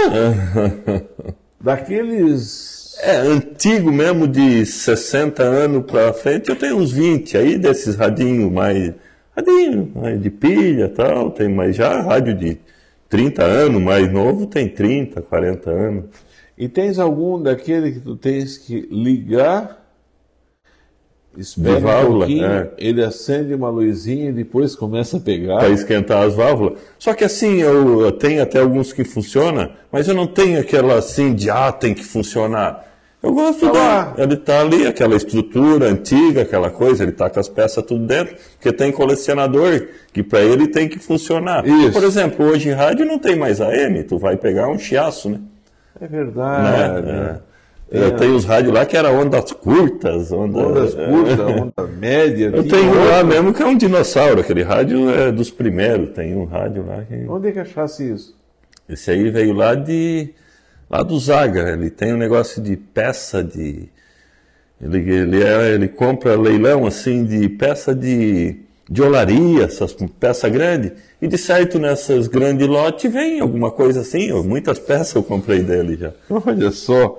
Daqueles... antigo mesmo, de 60 anos pra frente, eu tenho uns 20. Aí desses radinhos mais de pilha e tal, tem mais já rádio de 30 anos, mais novo tem 30, 40 anos. E tens algum daquele que tu tens que ligar, espera válvula, um pouquinho, ele acende uma luzinha e depois começa a pegar? Para esquentar as válvulas. Só que assim, eu tenho até alguns que funcionam, mas eu não tenho aquela assim de, tem que funcionar. Eu gosto ele tá ali, aquela estrutura antiga, aquela coisa, ele tá com as peças tudo dentro, porque tem colecionador que para ele tem que funcionar. Isso. Por exemplo, hoje rádio não tem mais AM, tu vai pegar um chiaço, né? É verdade. Eu tenho os rádios lá que eram ondas curtas, ondas média. Eu tenho um lá mesmo que é um dinossauro, aquele rádio é dos primeiros, tem um rádio lá que... Onde é que achasse isso? Esse aí veio lá do Zaga, ele tem um negócio de peça de... Ele compra leilão assim de peça de olaria, essas peças grandes, e de certo nessas grandes lotes vem alguma coisa assim, muitas peças eu comprei dele já. Olha só,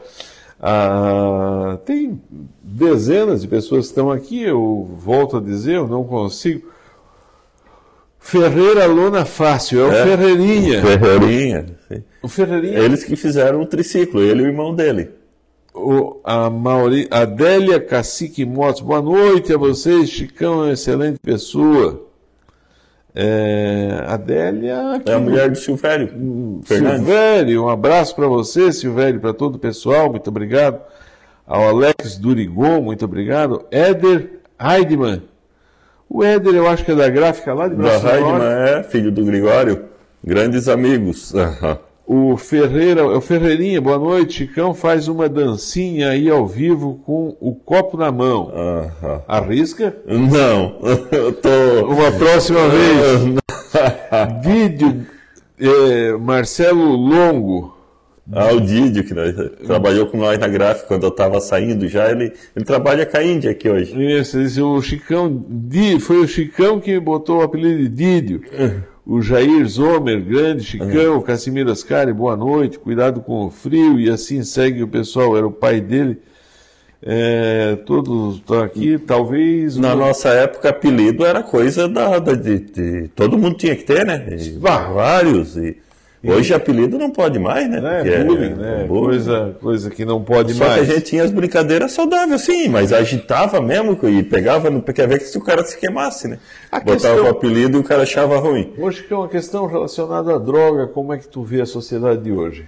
tem dezenas de pessoas que estão aqui, eu volto a dizer, eu não consigo. Ferreira Lona Fácil, é o Ferreirinha. Ferreirinha, sim. O Ferreirinha. Eles que fizeram o triciclo, ele e o irmão dele. Adélia Cacique Motos, boa noite a vocês, Chicão é uma excelente pessoa. Adélia... É a mulher do Silvério Fernandes. Silvério, um abraço para você, Silvério, para todo o pessoal, muito obrigado. Ao Alex Durigon, muito obrigado. Éder Heidmann. O Éder, eu acho que é da gráfica lá de Brasil. Da Heidmann, filho do Gregório. Grandes amigos. O Ferreirinha, boa noite, Chicão faz uma dancinha aí ao vivo com o copo na mão. Arrisca? Não, eu tô... Uma próxima vez. Vídeo, Marcelo Longo. O Didio, que trabalhou com nós na gráfica quando eu estava saindo já, ele trabalha com a Índia aqui hoje. Isso, o Chicão, foi o Chicão que botou o apelido de Didio. O Jair Zomer, grande Chicão, Cassimiro Ascari, boa noite, cuidado com o frio, e assim segue o pessoal, era o pai dele. Todos estão aqui, talvez... Na nossa época, apelido era coisa de todo mundo tinha que ter, né? Vários, hoje apelido não pode mais, né? Bullying, né? Coisa que não pode mais. Só que a gente tinha as brincadeiras saudáveis, sim, mas agitava mesmo e pegava, quer ver que se o cara se queimasse, né? Botava o apelido e o cara achava ruim. Hoje que é uma questão relacionada à droga, como é que tu vê a sociedade de hoje?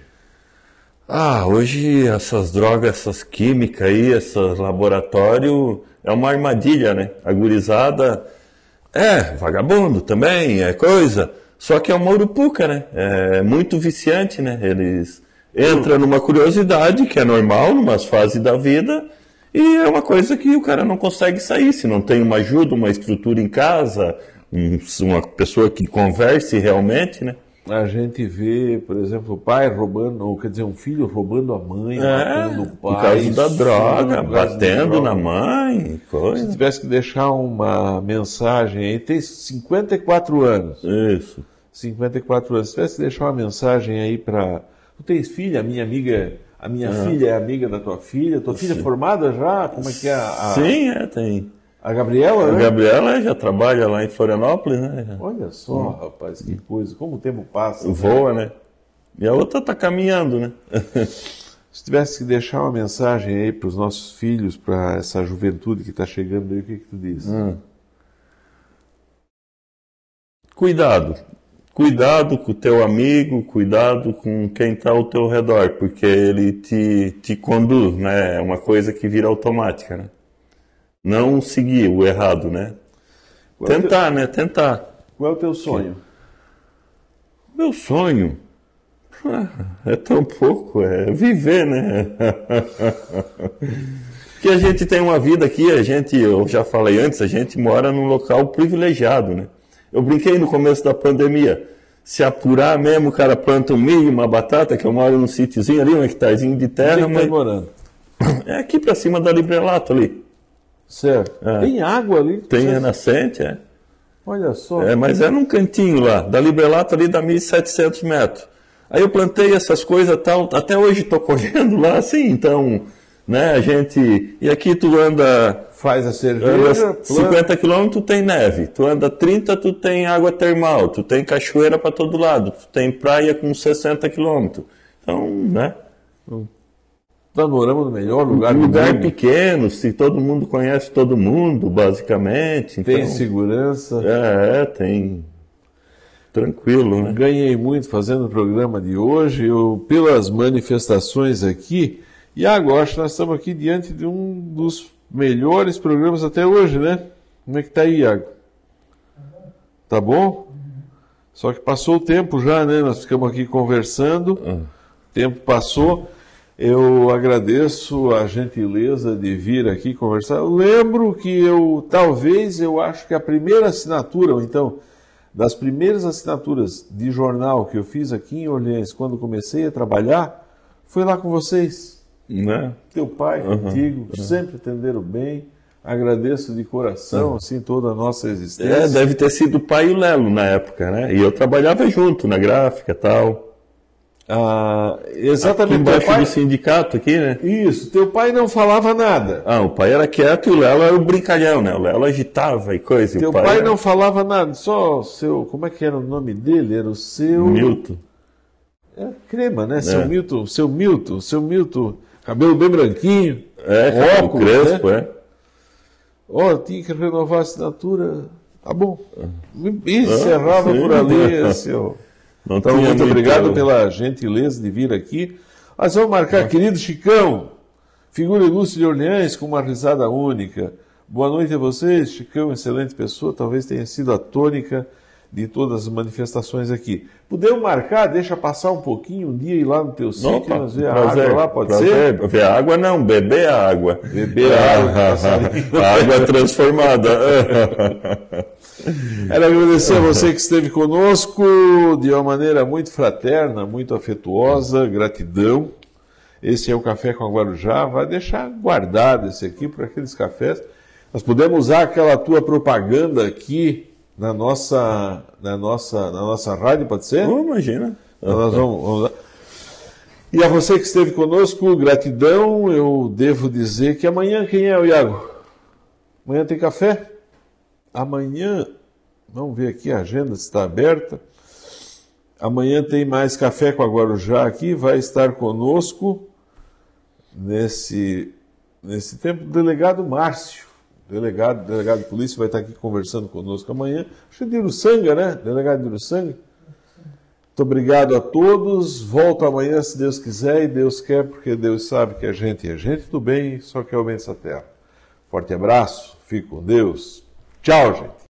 Hoje essas drogas, essas químicas aí, esses laboratórios, é uma armadilha, né? A gurizada vagabundo também, é coisa... Só que é uma urupuca, né? É muito viciante, né? Eles entram numa curiosidade, que é normal, numas fases da vida, e é uma coisa que o cara não consegue sair, se não tem uma ajuda, uma estrutura em casa, uma pessoa que converse realmente, né? A gente vê, por exemplo, o pai roubando, ou quer dizer, um filho roubando a mãe, matando o pai. Por causa da droga, batendo na mãe, coisa. Se tivesse que deixar uma mensagem aí, tem 54 anos. Isso. 54 anos. Se tivesse que deixar uma mensagem aí para... Tu tens filha? A minha filha é amiga da tua filha. Tua filha é formada já? Como é que é? Sim, tem. A Gabriela, né? A Gabriela já trabalha lá em Florianópolis, né? Olha só, rapaz, que coisa. Como o tempo passa. Voa, né? E a outra tá caminhando, né? Se tivesse que deixar uma mensagem aí para os nossos filhos, para essa juventude que está chegando aí, o que tu diz? Cuidado. Cuidado com o teu amigo, cuidado com quem está ao teu redor, porque ele te conduz, né? É uma coisa que vira automática, né? Não seguir o errado, né? Tentar, né? Tentar. Qual é o teu sonho? Meu sonho é tão pouco, é viver, né? Que a gente tem uma vida aqui, eu já falei antes, a gente mora num local privilegiado, né? Eu brinquei no começo da pandemia. se apurar mesmo, o cara planta um milho, uma batata, que eu moro num sítiozinho ali, um hectarezinho de terra. Onde é que tá morando? É aqui pra cima da Librelato ali. Certo. É. Tem água ali? Tem a nascente, é. Olha só. É, mas é num cantinho lá, da Librelato ali dá 1.700 metros. Aí eu plantei essas coisas tal, até hoje estou colhendo lá assim, então, né, a gente... E aqui tu anda... Faz a cerveja, anda 50 km, tu tem neve. Tu anda 30, tu tem água termal. Tu tem cachoeira para todo lado. Tu tem praia com 60 km. Então, né? Nós moramos no melhor lugar do lugar mundo. pequeno, se todo mundo conhece todo mundo, basicamente. Tem então, segurança. tem... Tranquilo, né? Ganhei muito fazendo o programa de hoje, pelas manifestações aqui. E agora, acho que nós estamos aqui diante de um dos melhores programas até hoje, né? Como é que tá aí, Iago? Tá bom? Só que passou o tempo já, né? Nós ficamos aqui conversando, o tempo passou. Eu agradeço a gentileza de vir aqui conversar. Eu lembro que eu acho que a primeira assinatura, ou então, das primeiras assinaturas de jornal que eu fiz aqui em Orleans, quando comecei a trabalhar, foi lá com vocês. Né? Teu pai, contigo, sempre atenderam bem. Agradeço de coração, assim, toda a nossa existência. Deve ter sido o pai e o Lelo na época, né? E eu trabalhava junto na gráfica e tal. Exatamente. Aqui embaixo do sindicato aqui, né? Isso, teu pai não falava nada. O pai era quieto e o Lelo era o brincalhão, né? O Lelo agitava e coisa. Teu pai não falava nada, só o seu... Como é que era o nome dele? Era o seu... Milton. Crema, né? Seu Milton. Cabelo bem branquinho. Óculos, crespo, né? Tinha que renovar a assinatura. Tá bom. E encerrava por ali, seu... Então, muito obrigado pela gentileza de vir aqui. Nós vamos marcar, querido Chicão, figura ilustre de Orleans, com uma risada única. Boa noite a vocês, Chicão, excelente pessoa, talvez tenha sido a tônica de todas as manifestações aqui. Podemos marcar, deixa passar um pouquinho, um dia ir lá no teu sítio, nós ver a água lá, pode ser? Ver a água não, beber a água. Beber a água. A água transformada. Quero agradecer a você que esteve conosco de uma maneira muito fraterna, muito afetuosa, gratidão. Esse é o Café com a Guarujá, vai deixar guardado esse aqui para aqueles cafés. Nós podemos usar aquela tua propaganda aqui na nossa rádio, pode ser? Imagina. Nós vamos lá. E a você que esteve conosco, gratidão. Eu devo dizer que amanhã, quem é o Iago? Amanhã tem café? Amanhã, vamos ver aqui a agenda se está aberta. Amanhã tem mais Café com a Guarujá aqui, vai estar conosco nesse tempo o delegado Márcio. Delegado de polícia vai estar aqui conversando conosco amanhã. Acho que é de Uruçanga, né? Delegado de Uruçanga. Muito obrigado a todos. Volto amanhã, se Deus quiser, e Deus quer, porque Deus sabe que a gente é gente do bem, só quer o bem dessa terra. Forte abraço, fique com Deus. Tchau, gente.